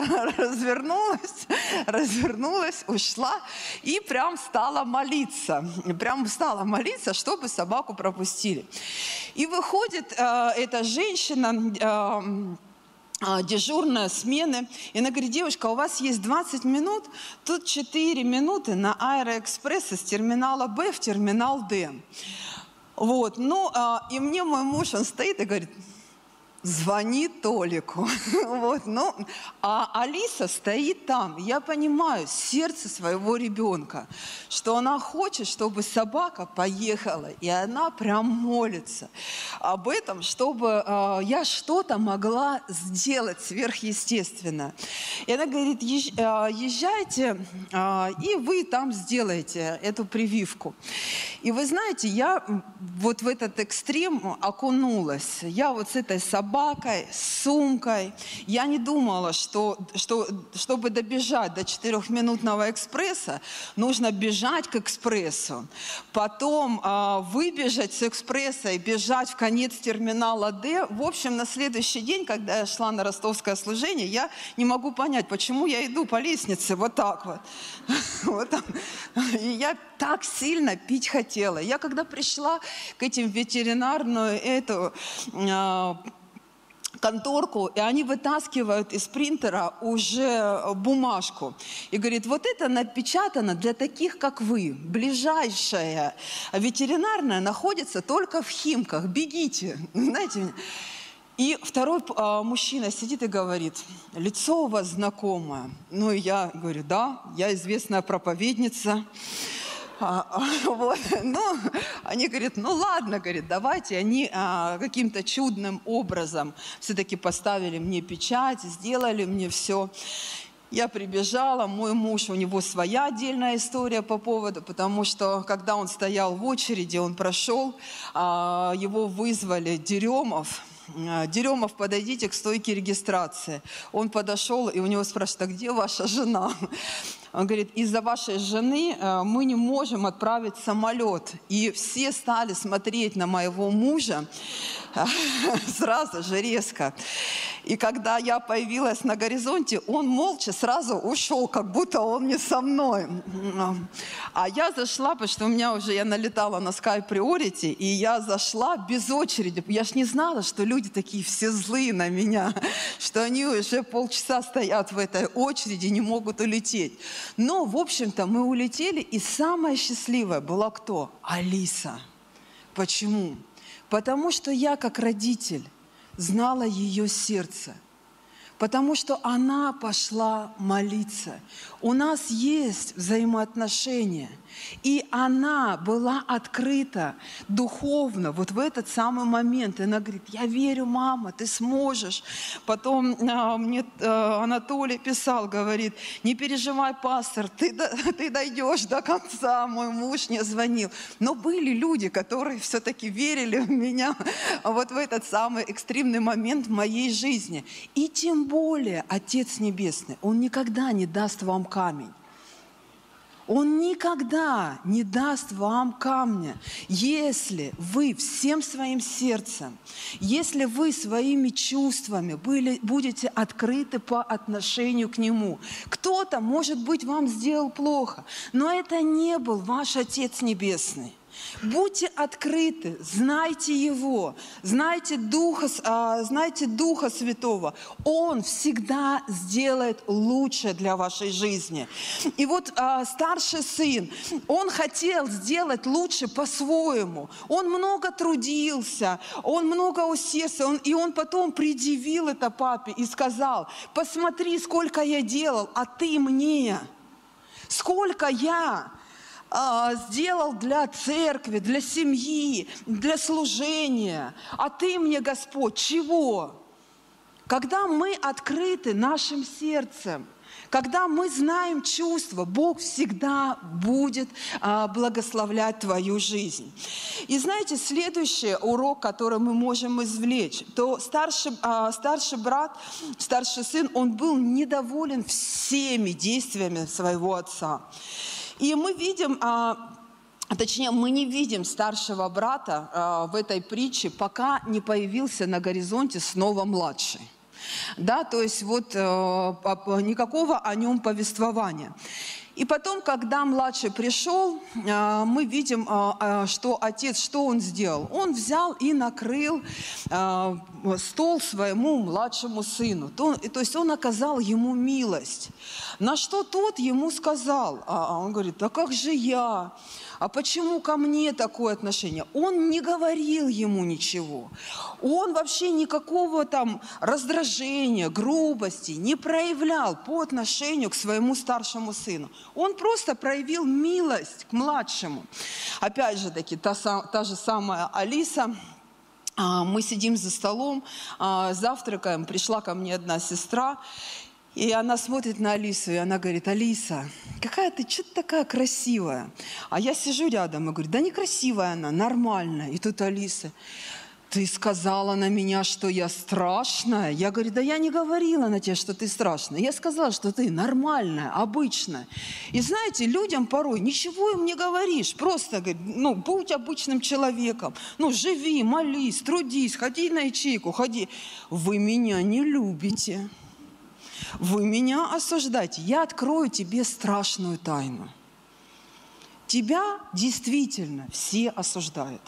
развернулась, ушла и прям стала молиться. Чтобы собаку пропустили. И выходит эта женщина, дежурная смены, и она говорит: девушка, у вас есть 20 минут, тут 4 минуты на Аэроэкспресс из терминала Б в терминал Д. Вот, ну, и мне мой муж, он стоит и говорит: звони Толику. Вот, ну, а Алиса стоит там. Я понимаю сердце своего ребенка, что она хочет, чтобы собака поехала. И она прям молится об этом, чтобы я что-то могла сделать сверхъестественно. И она говорит: езжайте, и вы там сделаете эту прививку. И вы знаете, я вот в этот экстрем окунулась. Я вот с этой собакой, с сумкой. Я не думала, что чтобы добежать до 4-минутного экспресса, нужно бежать к экспрессу. Потом выбежать с экспресса и бежать в конец терминала Д. В общем, на следующий день, когда я шла на ростовское служение, я не могу понять, почему я иду по лестнице вот так вот. Вот так. И я так сильно пить хотела. Я когда пришла к этим ветеринарную конторку, и они вытаскивают из принтера уже бумажку. И говорит: вот это напечатано для таких, как вы. Ближайшая ветеринарная находится только в Химках. Бегите. Знаете? И второй мужчина сидит и говорит: лицо у вас знакомое. Ну, и я говорю: да, я известная проповедница. Вот. Ну, они говорят: ну ладно, говорит, давайте. Они каким-то чудным образом все-таки поставили мне печать, сделали мне все. Я прибежала, мой муж, у него своя отдельная история по поводу, потому что когда он стоял в очереди, он прошел, его вызвали Деремов. Деремов, подойдите к стойке регистрации. Он подошел, и у него спрашивают: а где ваша жена? Он говорит: из-за вашей жены мы не можем отправить самолет. И все стали смотреть на моего мужа сразу же резко. И когда я появилась на горизонте, он молча сразу ушел, как будто он не со мной. А я зашла, потому что у меня уже, я налетала на Sky Priority, и я зашла без очереди. Я ж не знала, что люди такие все злые на меня, что они уже полчаса стоят в этой очереди, не могут улететь. Но, в общем-то, мы улетели, и самая счастливая была кто? Алиса. Почему? Потому что я, как родитель, знала ее сердце. Потому что она пошла молиться. У нас есть взаимоотношения. И она была открыта духовно вот в этот самый момент. И она говорит: я верю, мама, ты сможешь. Потом мне Анатолий писал, говорит: не переживай, пастор, ты дойдешь до конца. Мой муж мне звонил. Но были люди, которые все-таки верили в меня вот в этот самый экстремный момент в моей жизни. И тем более Отец Небесный, Он никогда не даст вам камень. Он никогда не даст вам камня, если вы всем своим сердцем, если вы своими чувствами будете открыты по отношению к Нему. Кто-то, может быть, вам сделал плохо, но это не был ваш Отец Небесный. Будьте открыты, знайте Его, знайте Духа Святого. Он всегда сделает лучшее для вашей жизни. И вот старший сын, он хотел сделать лучше по-своему. Он много трудился, он много усердился, и он потом предъявил это папе и сказал: посмотри, сколько я делал, а ты мне. Сколько я сделал для церкви, для семьи, для служения. А Ты мне, Господь, чего? Когда мы открыты нашим сердцем, когда мы знаем чувства, Бог всегда будет благословлять твою жизнь. И знаете, следующий урок, который мы можем извлечь, то старший брат, старший сын, он был недоволен всеми действиями своего отца. И мы видим, точнее, мы не видим старшего брата в этой притче, пока не появился на горизонте снова младший. Да, то есть вот никакого о нем повествования. И потом, когда младший пришел, мы видим, что отец, что он сделал? Он взял и накрыл стол своему младшему сыну. То есть он оказал ему милость. На что тот ему сказал? Он говорит, да как же я? А почему ко мне такое отношение? Он не говорил ему ничего. Он вообще никакого там раздражения, грубости не проявлял по отношению к своему старшему сыну. Он просто проявил милость к младшему. Опять же таки, та же самая Алиса. Мы сидим за столом, завтракаем. Пришла ко мне одна сестра. И она смотрит на Алису, и она говорит, Алиса, какая ты, что-то такая красивая. А я сижу рядом и говорю, да некрасивая она, нормальная. И тут Алиса, ты сказала на меня, что я страшная. Я говорю, да я не говорила на тебя, что ты страшная. Я сказала, что ты нормальная, обычная. И знаете, людям порой ничего им не говоришь. Просто, будь обычным человеком. Живи, молись, трудись, ходи на ячейку, ходи. Вы меня не любите. Вы меня осуждаете. Я открою тебе страшную тайну. Тебя действительно все осуждают.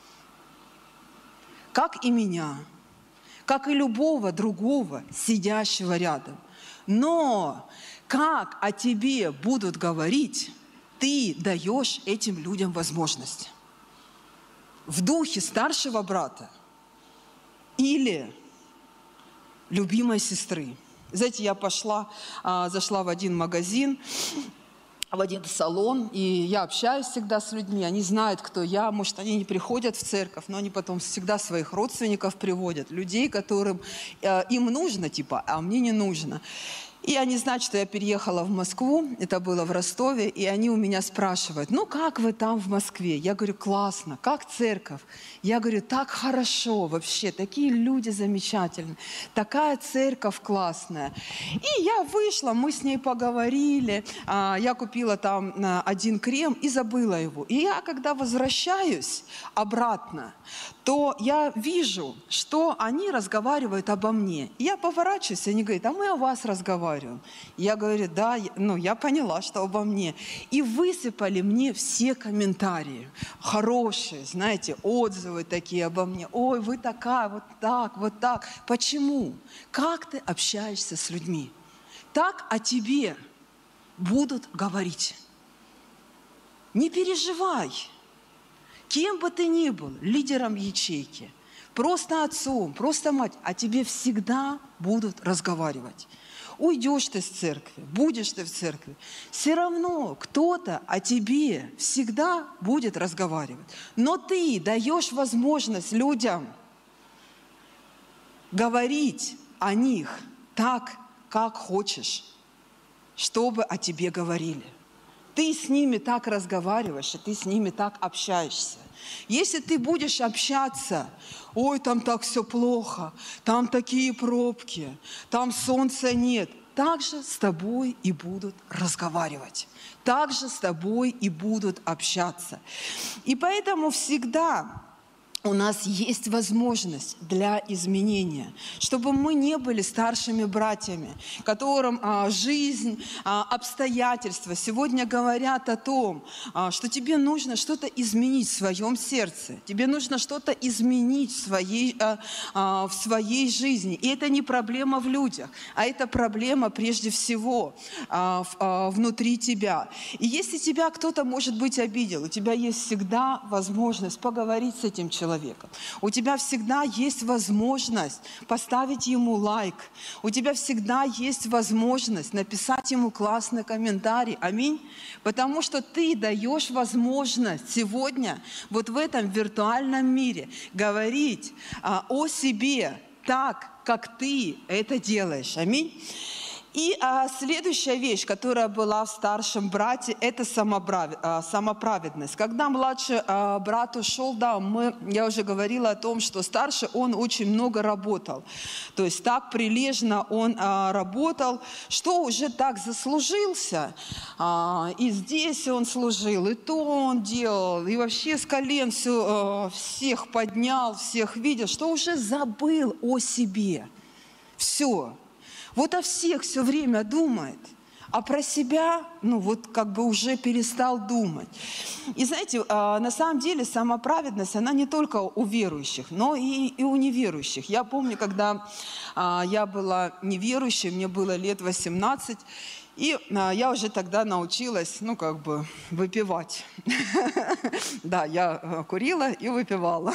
Как и меня, как и любого другого, сидящего рядом. Но как о тебе будут говорить, ты даешь этим людям возможность. В духе старшего брата или любимой сестры. Знаете, я зашла в один магазин, в один салон, и я общаюсь всегда с людьми, они знают, кто я, может, они не приходят в церковь, но они потом всегда своих родственников приводят, людей, которым им нужно, а мне не нужно. И они знают, что я переехала в Москву, это было в Ростове, и они у меня спрашивают, как вы там в Москве? Я говорю, классно, как церковь? Я говорю, так хорошо вообще, такие люди замечательные, такая церковь классная. И я вышла, мы с ней поговорили, я купила там один крем и забыла его. И я, когда возвращаюсь обратно, то я вижу, что они разговаривают обо мне. И я поворачиваюсь, и они говорят, а мы о вас разговариваем. Я говорю, да, я поняла, что обо мне. И высыпали мне все комментарии. Хорошие, знаете, отзывы такие обо мне. Ой, вы такая, вот так, вот так. Почему? Как ты общаешься с людьми? Так о тебе будут говорить. Не переживай. Кем бы ты ни был, лидером ячейки, просто отцом, просто мать, о тебе всегда будут разговаривать. Уйдешь ты с церкви, будешь ты в церкви, все равно кто-то о тебе всегда будет разговаривать. Но ты даешь возможность людям говорить о них так, как хочешь, чтобы о тебе говорили. Ты с ними так разговариваешь, и ты с ними так общаешься. Если ты будешь общаться, ой, там так все плохо, там такие пробки, там солнца нет, так же с тобой и будут разговаривать, так же с тобой и будут общаться. И поэтому всегда у нас есть возможность для изменения, чтобы мы не были старшими братьями, которым жизнь, обстоятельства сегодня говорят о том, что тебе нужно что-то изменить в своем сердце, тебе нужно что-то изменить в своей жизни. И это не проблема в людях, а это проблема прежде всего внутри тебя. И если тебя кто-то, может быть, обидел, у тебя есть всегда возможность поговорить с этим человеком, человеком. У тебя всегда есть возможность поставить ему лайк. У тебя всегда есть возможность написать ему классный комментарий. Аминь. Потому что ты даешь возможность сегодня вот в этом виртуальном мире говорить о себе так, как ты это делаешь. Аминь. И следующая вещь, которая была в старшем брате, это самоправедность. Когда младший брат ушел, да, я уже говорила о том, что старший, он очень много работал. То есть так прилежно он работал, что уже так заслужился. И здесь он служил, и то он делал, и вообще с колен всех поднял, всех видел, что уже забыл о себе. Все. Вот о всех все время думает, а про себя, ну вот как бы уже перестал думать. И знаете, на самом деле самоправедность, она не только у верующих, но и у неверующих. Я помню, когда я была неверующей, мне было лет 18, и я уже тогда научилась, ну, как бы, выпивать. Да, я курила и выпивала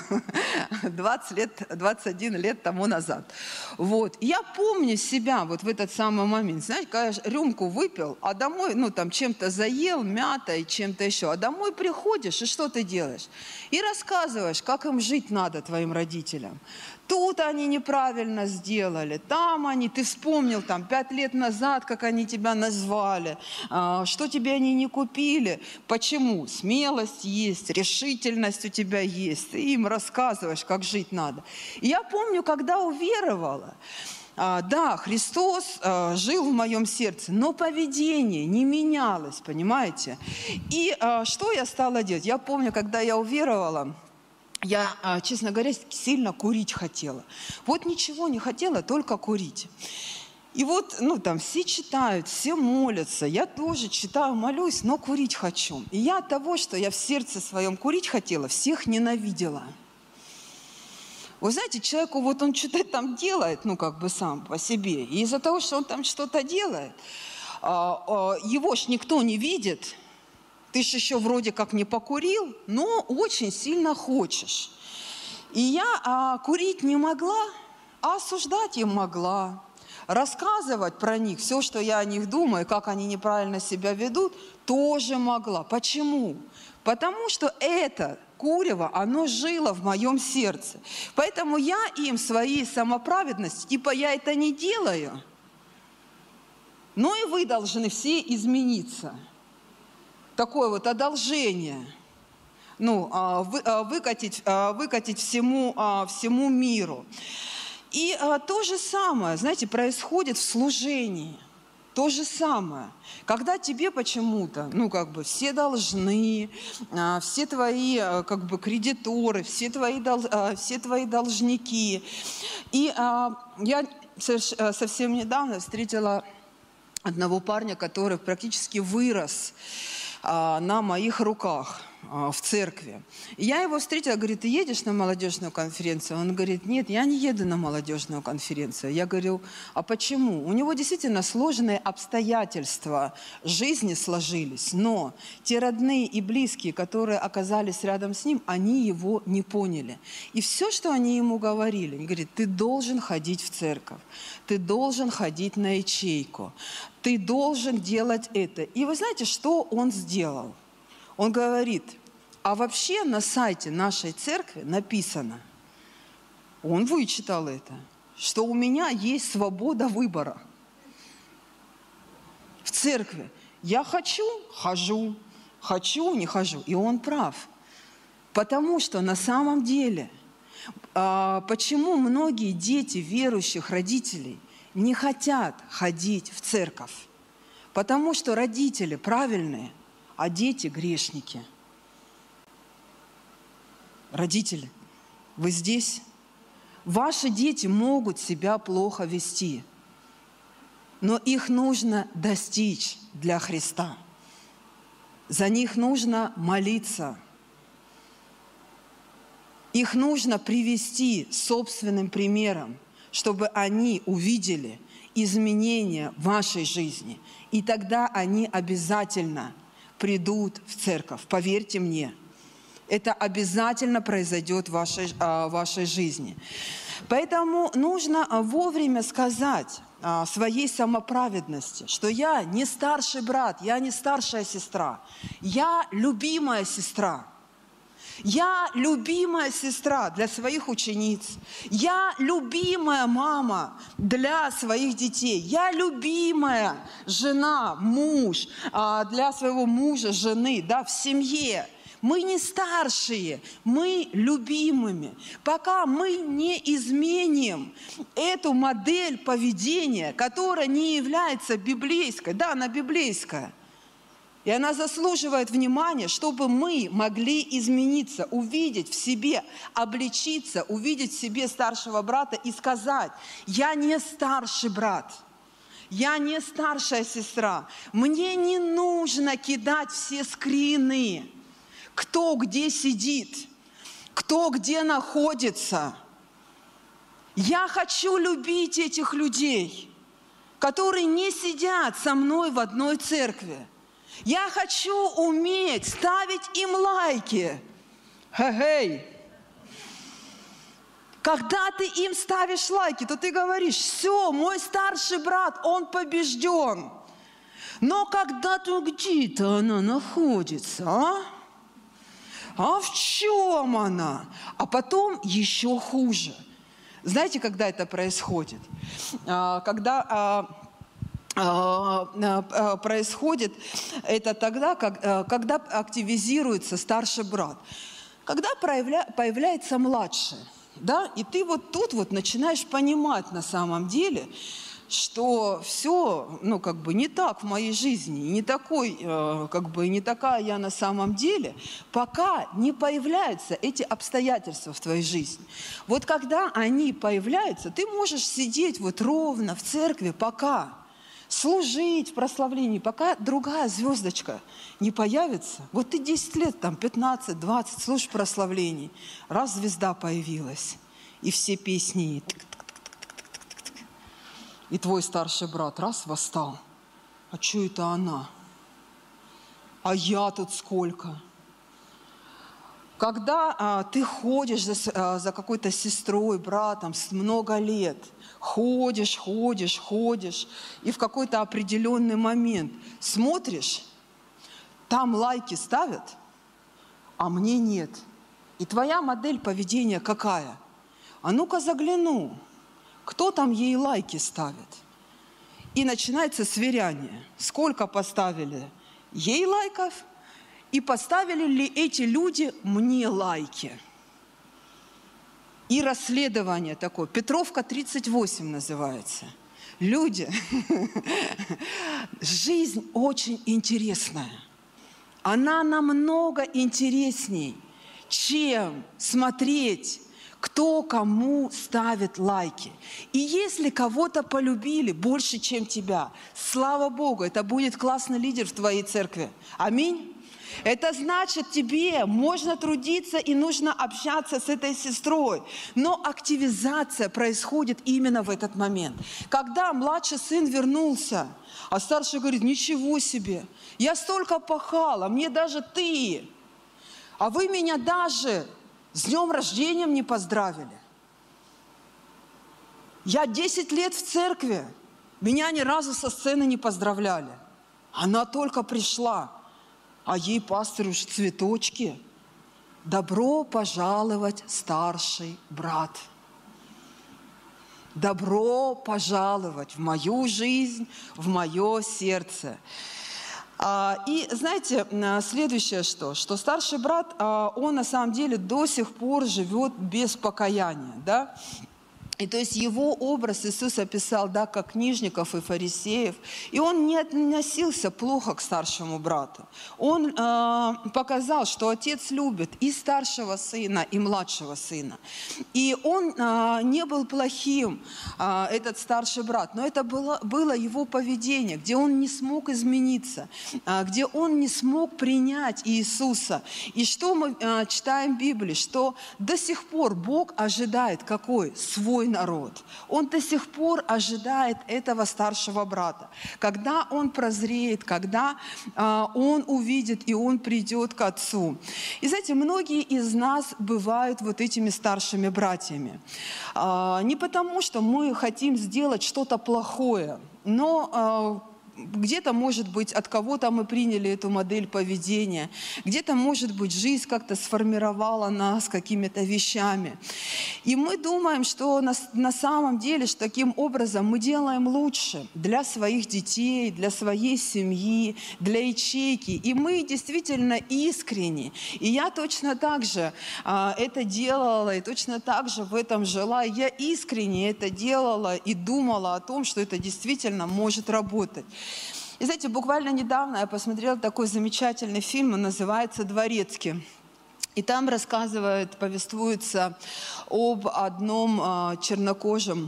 21 лет тому назад. Вот. И я помню себя вот в этот самый момент. Знаете, когда я рюмку выпил, а домой, ну, там, чем-то заел, мятой, чем-то еще, а домой приходишь, и что ты делаешь? И рассказываешь, как им жить надо, твоим родителям. Тут они неправильно сделали, там они, ты вспомнил там 5 лет назад, как они тебя назвали, что тебе они не купили. Почему? Смелость есть, решительность у тебя есть. Ты им рассказываешь, как жить надо. И я помню, когда уверовала, да, Христос жил в моем сердце, но поведение не менялось, понимаете? И что я стала делать? Я помню, когда я уверовала, я, честно говоря, сильно курить хотела. Вот ничего не хотела, только курить. И вот, ну, там все читают, все молятся, я тоже читаю, молюсь, но курить хочу. И я от того, что я в сердце своем курить хотела, всех ненавидела. Вы знаете, человеку, вот он что-то там делает, ну, как бы сам по себе, и из-за того, что он там что-то делает, его ж никто не видит. Ты же еще вроде как не покурил, но очень сильно хочешь. И я курить не могла, а осуждать им могла. Рассказывать про них, все, что я о них думаю, как они неправильно себя ведут, тоже могла. Почему? Потому что это курево, оно жило в моем сердце. Поэтому я им своей самоправедности, типа я это не делаю, но и вы должны все измениться. Такое вот одолжение, ну, выкатить всему миру. И то же самое, знаете, происходит в служении. То же самое. Когда тебе почему-то, ну, как бы, все должны, все твои, как бы, кредиторы, все твои должники. И я совсем недавно встретила одного парня, который практически вырос на моих руках в церкви. И я его встретила, говорит, ты едешь на молодежную конференцию? Он говорит, нет, я не еду на молодежную конференцию. Я говорю, а почему? У него действительно сложные обстоятельства жизни сложились, но те родные и близкие, которые оказались рядом с ним, они его не поняли. И все, что они ему говорили, они говорят, ты должен ходить в церковь, ты должен ходить на ячейку, ты должен делать это. И вы знаете, что он сделал? Он говорит, а вообще на сайте нашей церкви написано, он вычитал это, что у меня есть свобода выбора в церкви. Я хочу – хожу, хочу – не хожу. И он прав. Потому что на самом деле, почему многие дети верующих родителей не хотят ходить в церковь? Потому что родители правильные, а дети грешники. Родители, вы здесь? Ваши дети могут себя плохо вести, но их нужно достичь для Христа. За них нужно молиться. Их нужно привести собственным примером, чтобы они увидели изменения в вашей жизни. И тогда они обязательно придут в церковь, поверьте мне. Это обязательно произойдет в вашей жизни. Поэтому нужно вовремя сказать своей самоправедности, что я не старший брат, я не старшая сестра, я любимая сестра. Я любимая сестра для своих учениц. Я любимая мама для своих детей. Я любимая жена, муж для своего мужа, жены, да, в семье. Мы не старшие, мы любимыми. Пока мы не изменим эту модель поведения, которая не является библейской, да, она библейская, и она заслуживает внимания, чтобы мы могли измениться, увидеть в себе, обличиться, увидеть в себе старшего брата и сказать: я не старший брат, я не старшая сестра, мне не нужно кидать все скрины, кто где сидит, кто где находится. Я хочу любить этих людей, которые не сидят со мной в одной церкви. Я хочу уметь ставить им лайки. Хе-хей. Когда ты им ставишь лайки, то ты говоришь: все, мой старший брат, он побежден. Но когда-то где-то она находится, а в чем она? А потом еще хуже. Знаете, когда это происходит? Когда происходит это тогда, когда активизируется старший брат. Когда появляется младший, да, и ты вот тут вот начинаешь понимать на самом деле, что все, не так в моей жизни, не такая я на самом деле, пока не появляются эти обстоятельства в твоей жизни. Вот когда они появляются, ты можешь сидеть вот ровно в церкви, пока служить в прославлении, пока другая звездочка не появится. Вот ты 10 лет, 15, 20 служишь в прославлении, раз звезда появилась, и все песни, и твой старший брат раз восстал. А что это она? А я тут сколько? Когда ты ходишь за какой-то сестрой, братом много лет, ходишь, и в какой-то определенный момент смотришь, там лайки ставят, а мне нет. И твоя модель поведения какая? А ну-ка загляну, кто там ей лайки ставит? И начинается сверяние. Сколько поставили ей лайков, и поставили ли эти люди мне лайки? И расследование такое. Петровка 38 называется. Люди, жизнь очень интересная. Она намного интересней, чем смотреть, кто кому ставит лайки. И если кого-то полюбили больше, чем тебя, слава Богу, это будет классный лидер в твоей церкви. Аминь. Это значит, тебе можно трудиться и нужно общаться с этой сестрой. Но активизация происходит именно в этот момент. Когда младший сын вернулся, а старший говорит: ничего себе, я столько пахала, мне даже ты, а вы меня даже с днем рождения не поздравили. Я 10 лет в церкви, меня ни разу со сцены не поздравляли. Она только пришла, а ей пастор уж цветочки. Добро пожаловать, старший брат. Добро пожаловать в мою жизнь, в мое сердце. И знаете, следующее что старший брат, он на самом деле до сих пор живет без покаяния, да? И то есть его образ Иисус описал, да, как книжников и фарисеев. И он не относился плохо к старшему брату. Он показал, что отец любит и старшего сына, и младшего сына. И он не был плохим, этот старший брат. Но это было его поведение, где он не смог измениться, где он не смог принять Иисуса. И что мы читаем в Библии? Что до сих пор Бог ожидает какой? Свой народ, он до сих пор ожидает этого старшего брата. Когда он прозреет, когда он увидит и он придет к отцу. И знаете, многие из нас бывают вот этими старшими братьями. Не потому, что мы хотим сделать что-то плохое, но где-то, может быть, от кого-то мы приняли эту модель поведения, где-то, может быть, жизнь как-то сформировала нас какими-то вещами. И мы думаем, что на самом деле, что таким образом мы делаем лучше для своих детей, для своей семьи, для ячейки. И мы действительно искренни. И я точно так же это делала, и точно так же в этом жила. Я искренне это делала и думала о том, что это действительно может работать. И знаете, буквально недавно я посмотрела такой замечательный фильм, он называется «Дворецкий». И там повествуется об одном чернокожем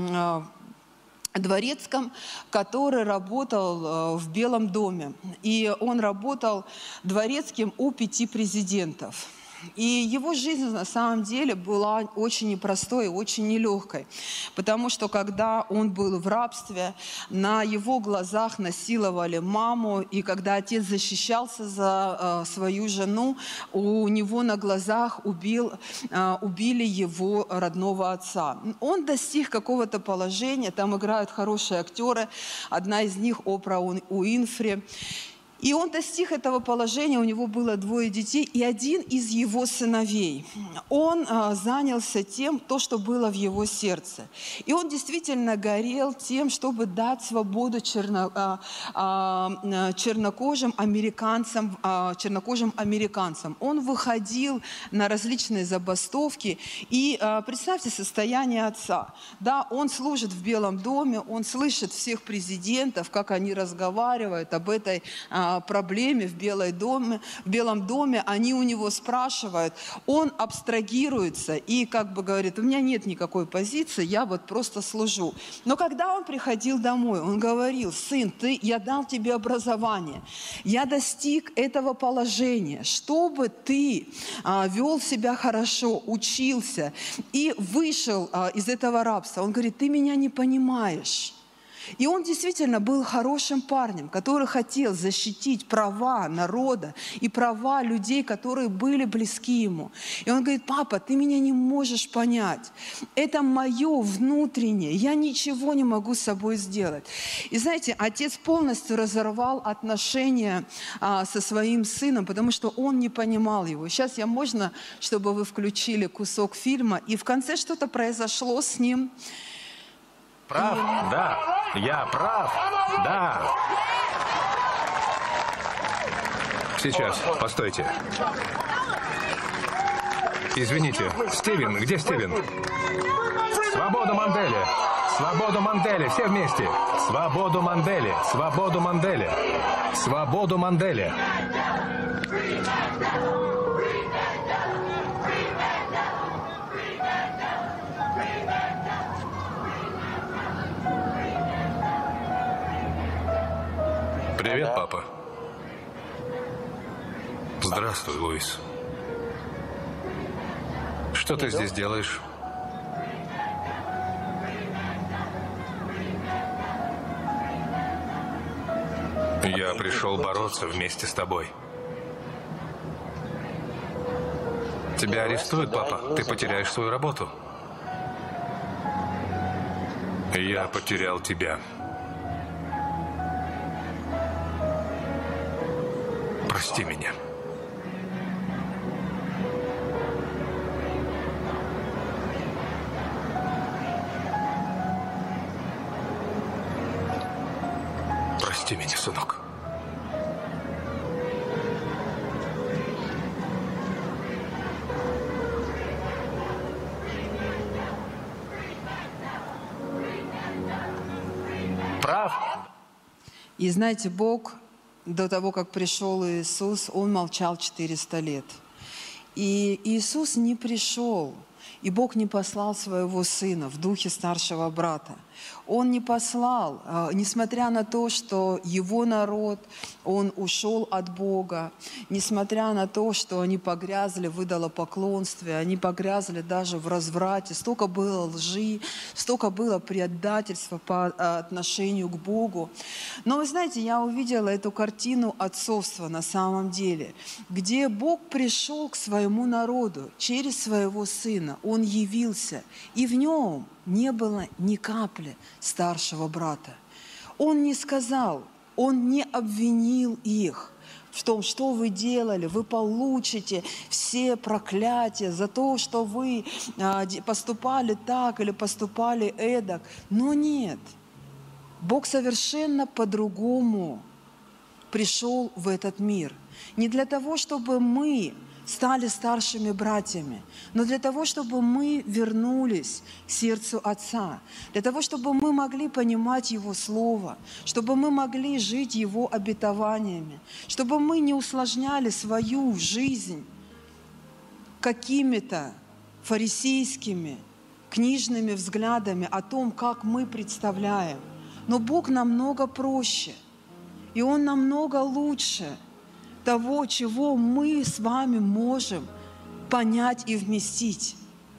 дворецком, который работал в Белом доме. И он работал дворецким у 5 президентов. И его жизнь на самом деле была очень непростой и очень нелегкой, потому что когда он был в рабстве, на его глазах насиловали маму, и когда отец защищался за свою жену, у него на глазах убили его родного отца. Он достиг какого-то положения, там играют хорошие актеры, одна из них Опра Уинфри. И он достиг этого положения, у него было 2 детей, и один из его сыновей, он занялся тем, что было в его сердце. И он действительно горел тем, чтобы дать свободу чернокожим американцам. Он выходил на различные забастовки, и представьте состояние отца. Да, он служит в Белом доме, он слышит всех президентов, как они разговаривают об этой проблеме в Белом доме, они у него спрашивают, он абстрагируется и как бы говорит, у меня нет никакой позиции, я вот просто служу. Но когда он приходил домой, он говорил, сын, я дал тебе образование, я достиг этого положения, чтобы ты вел себя хорошо, учился и вышел из этого рабства. Он говорит, ты меня не понимаешь. И он действительно был хорошим парнем, который хотел защитить права народа и права людей, которые были близки ему. И он говорит, папа, ты меня не можешь понять. Это мое внутреннее, я ничего не могу с собой сделать. И знаете, отец полностью разорвал отношения со своим сыном, потому что он не понимал его. Сейчас можно, чтобы вы включили кусок фильма, и в конце что-то произошло с ним. Прав? Да. Я прав? Да. Сейчас, постойте. Извините, Стивен, где Стивен? Свободу Манделе! Свободу Манделе! Все вместе! Свободу Манделе! Свободу Манделе! Свободу Манделе! Привет, папа. Здравствуй, Луис. Что ты здесь делаешь? Я пришел бороться вместе с тобой. Тебя арестуют, папа. Ты потеряешь свою работу. Я потерял тебя. Прости меня. Прости меня, сынок. Прав? И знаете, Бог до того, как пришел Иисус, Он молчал 400 лет. И Иисус не пришел И Бог не послал своего Сына в духе старшего брата. Он не послал, несмотря на то, что его народ, он ушел от Бога, несмотря на то, что они погрязли в идолопоклонстве, они погрязли даже в разврате, столько было лжи, столько было предательства по отношению к Богу. Но вы знаете, я увидела эту картину отцовства на самом деле, где Бог пришел к своему народу через своего Сына. Он явился, и в нем не было ни капли старшего брата. Он не сказал, он не обвинил их в том, что вы делали, вы получите все проклятия за то, что вы поступали так или поступали эдак. Но нет, Бог совершенно по-другому пришел в этот мир. Не для того, чтобы мы стали старшими братьями, но для того, чтобы мы вернулись к сердцу Отца, для того, чтобы мы могли понимать Его Слово, чтобы мы могли жить Его обетованиями, чтобы мы не усложняли свою жизнь какими-то фарисейскими, книжными взглядами о том, как мы представляем. Но Бог намного проще, и Он намного лучше того, чего мы с вами можем понять и вместить.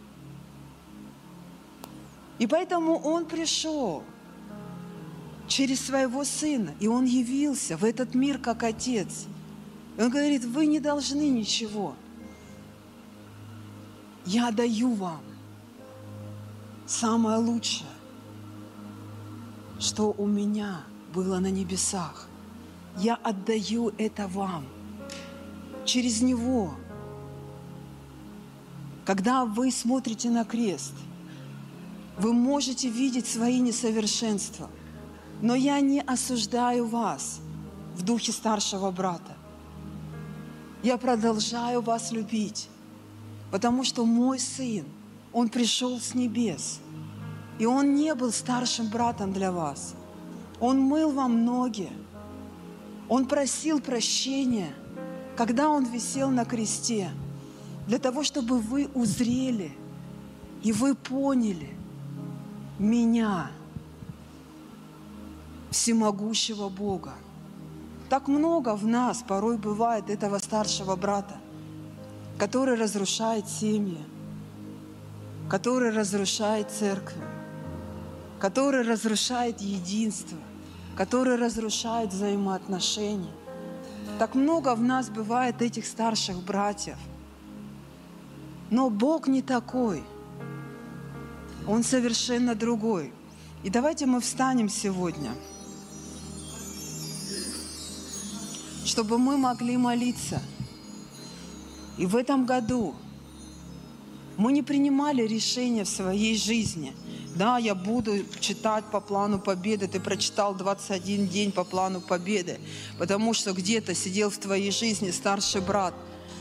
И поэтому Он пришел через своего Сына, и Он явился в этот мир как Отец. И Он говорит, вы не должны ничего. Я даю вам самое лучшее, что у меня было на небесах. Я отдаю это вам. Через Него. Когда вы смотрите на крест, вы можете видеть свои несовершенства. Но я не осуждаю вас в духе старшего брата. Я продолжаю вас любить, потому что мой Сын, Он пришел с небес. И Он не был старшим братом для вас. Он мыл вам ноги. Он просил прощения, когда Он висел на кресте, для того, чтобы вы узрели и вы поняли Меня, всемогущего Бога. Так много в нас порой бывает этого старшего брата, который разрушает семьи, который разрушает церкви, который разрушает единство, который разрушает взаимоотношения. Так много в нас бывает этих старших братьев. Но Бог не такой. Он совершенно другой. И давайте мы встанем сегодня, чтобы мы могли молиться. И в этом году мы не принимали решения в своей жизни. Да, я буду читать по плану победы. Ты прочитал 21 день по плану победы, потому что где-то сидел в твоей жизни старший брат.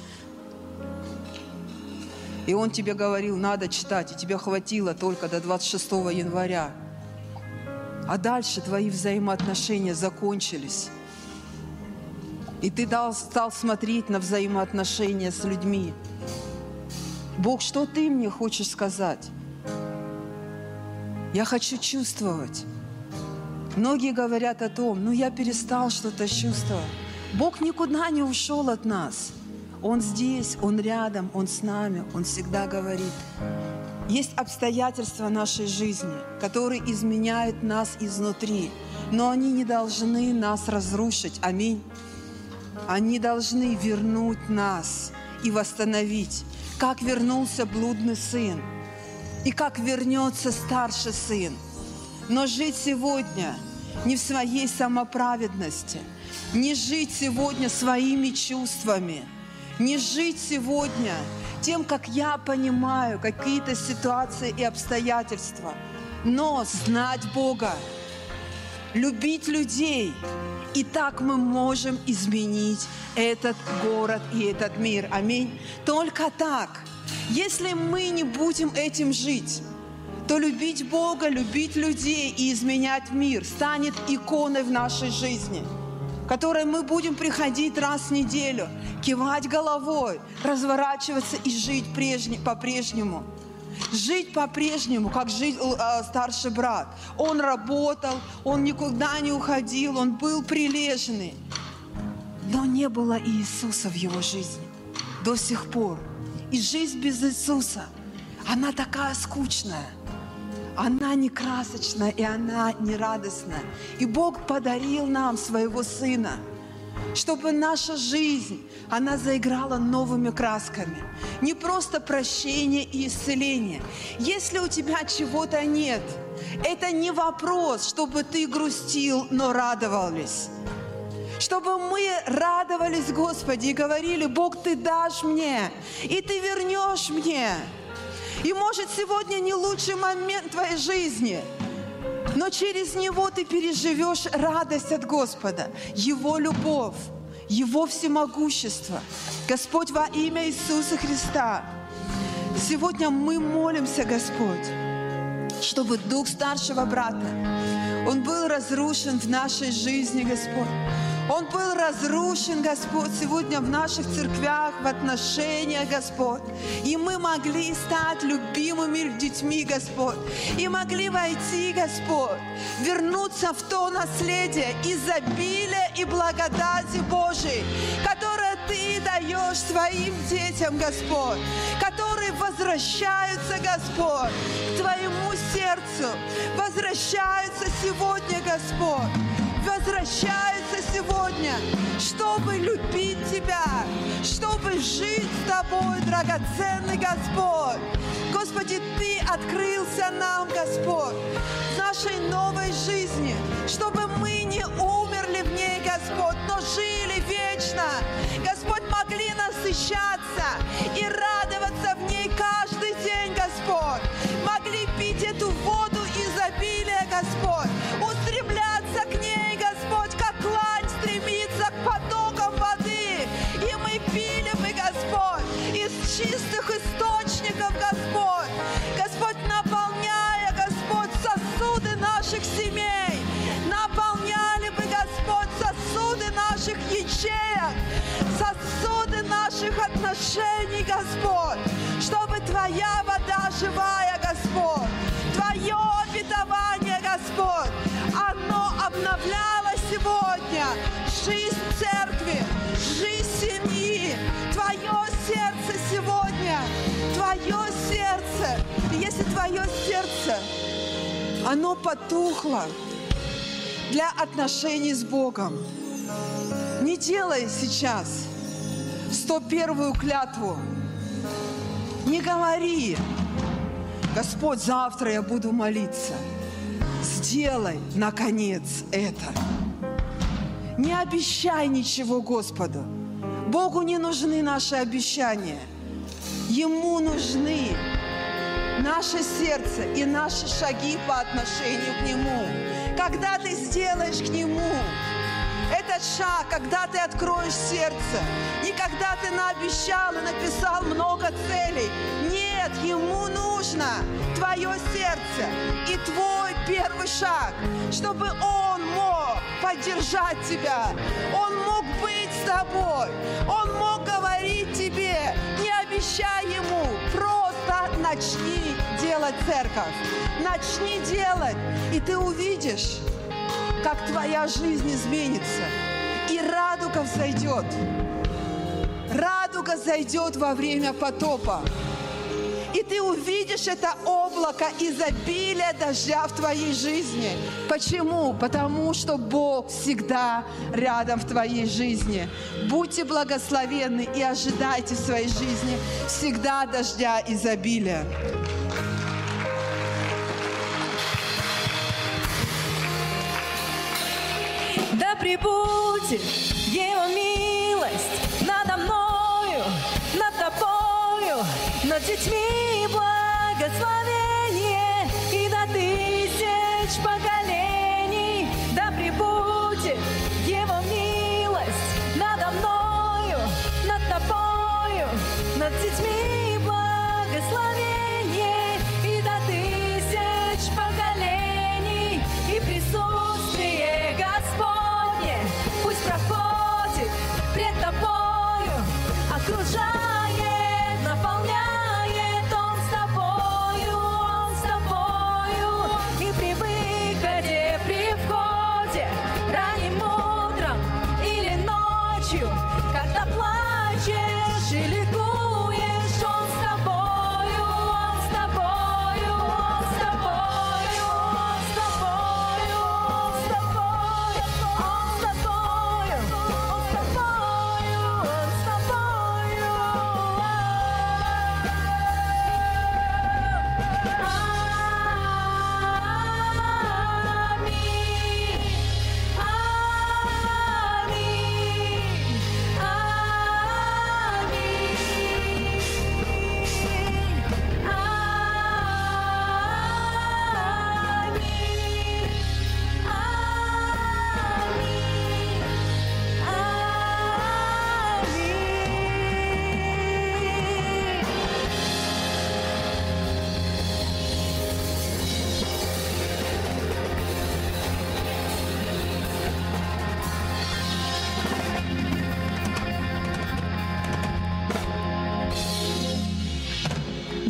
И он тебе говорил, надо читать, и тебе хватило только до 26 января. А дальше твои взаимоотношения закончились. И ты стал смотреть на взаимоотношения с людьми. Бог, что ты мне хочешь сказать? Я хочу чувствовать. Многие говорят о том, я перестал что-то чувствовать. Бог никуда не ушел от нас. Он здесь, Он рядом, Он с нами, Он всегда говорит. Есть обстоятельства нашей жизни, которые изменяют нас изнутри, но они не должны нас разрушить. Аминь. Они должны вернуть нас и восстановить, как вернулся блудный сын и как вернется старший сын. Но жить сегодня не в своей самоправедности, не жить сегодня своими чувствами, не жить сегодня тем, как я понимаю какие-то ситуации и обстоятельства, но знать Бога, любить людей. И так мы можем изменить этот город и этот мир. Аминь. Только так. Если мы не будем этим жить, то любить Бога, любить людей и изменять мир станет иконой в нашей жизни, к которой мы будем приходить раз в неделю, кивать головой, разворачиваться и жить по-прежнему. жить по-прежнему, как жил старший брат. Он работал, он никуда не уходил, он был прилежный. Но не было Иисуса в его жизни до сих пор. И жизнь без Иисуса, она такая скучная. Она не красочная, и она не радостная. И Бог подарил нам своего Сына, чтобы наша жизнь, она заиграла новыми красками. Не просто прощение и исцеление. Если у тебя чего-то нет, это не вопрос, чтобы ты грустил, но радовались. Чтобы мы радовались, Господи, и говорили: Бог, Ты дашь мне, и Ты вернешь мне. И может сегодня не лучший момент твоей жизни, но через него ты переживешь радость от Господа, Его любовь, Его всемогущество. Господь, во имя Иисуса Христа, сегодня мы молимся, Господь, чтобы дух старшего брата, он был разрушен в нашей жизни, Господь. Он был разрушен, Господь, сегодня в наших церквях, в отношениях, Господь. И мы могли стать любимыми детьми, Господь. И могли войти, Господь, вернуться в то наследие изобилия и благодати Божией, которое Ты даешь своим детям, Господь, которые возвращаются, Господь, к Твоему сердцу, возвращаются сегодня, Господь. Возвращаются сегодня, чтобы любить Тебя, чтобы жить с Тобой, драгоценный Господь. Господи, Ты открылся нам, Господь, в нашей новой жизни, чтобы мы не умерли в ней, Господь, но жили вечно. Господь, могли насыщаться и радоваться в ней каждый день, Господь. Могли пить эту воду изобилия, Господь, устремляться к ней, Господь, как лань стремится к потокам воды. И мы пили бы, Господь, из чистых источников, Господь. Господь, наполняя, Господь, сосуды наших семей, наполняли бы, Господь, сосуды наших ячеек, сосуды наших отношений, Господь, чтобы Твоя вода живая, Господь, Твое обетование, Господь, оно обновляло сегодня жизнь церкви, жизнь семьи, Твое сердце сегодня, Твое сердце. И если Твое сердце, оно потухло для отношений с Богом, не делай сейчас 101-ю клятву. Не говори: Господь, завтра я буду молиться. Сделай, наконец, это. Не обещай ничего Господу. Богу не нужны наши обещания. Ему нужны наше сердце и наши шаги по отношению к Нему. Когда ты сделаешь к Нему этот шаг, когда ты откроешь сердце, не когда ты наобещал и написал много целей. Нет, Ему нужно твое сердце и твой первый шаг, чтобы Он мог поддержать тебя, Он мог быть с тобой, Он мог говорить тебе, не обещай Ему, просто начни делать церковь, начни делать, и ты увидишь, как твоя жизнь изменится, и радуга взойдет. Радуга зайдет во время потопа. И ты увидишь это облако изобилия дождя в твоей жизни. Почему? Потому что Бог всегда рядом в твоей жизни. Будьте благословенны и ожидайте в своей жизни всегда дождя изобилия. Да пребудет Его милость надо мною, над тобою, над детьми благословение и до тысяч поколений. Да пребудет Его милость надо мною, над тобою, над детьми благословение и до тысяч поколений. И присутствие Господне пусть проходит пред тобою, окружает, наполняет Он с тобою.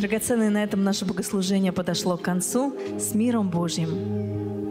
Драгоценные, на этом наше богослужение подошло к концу. С миром Божьим!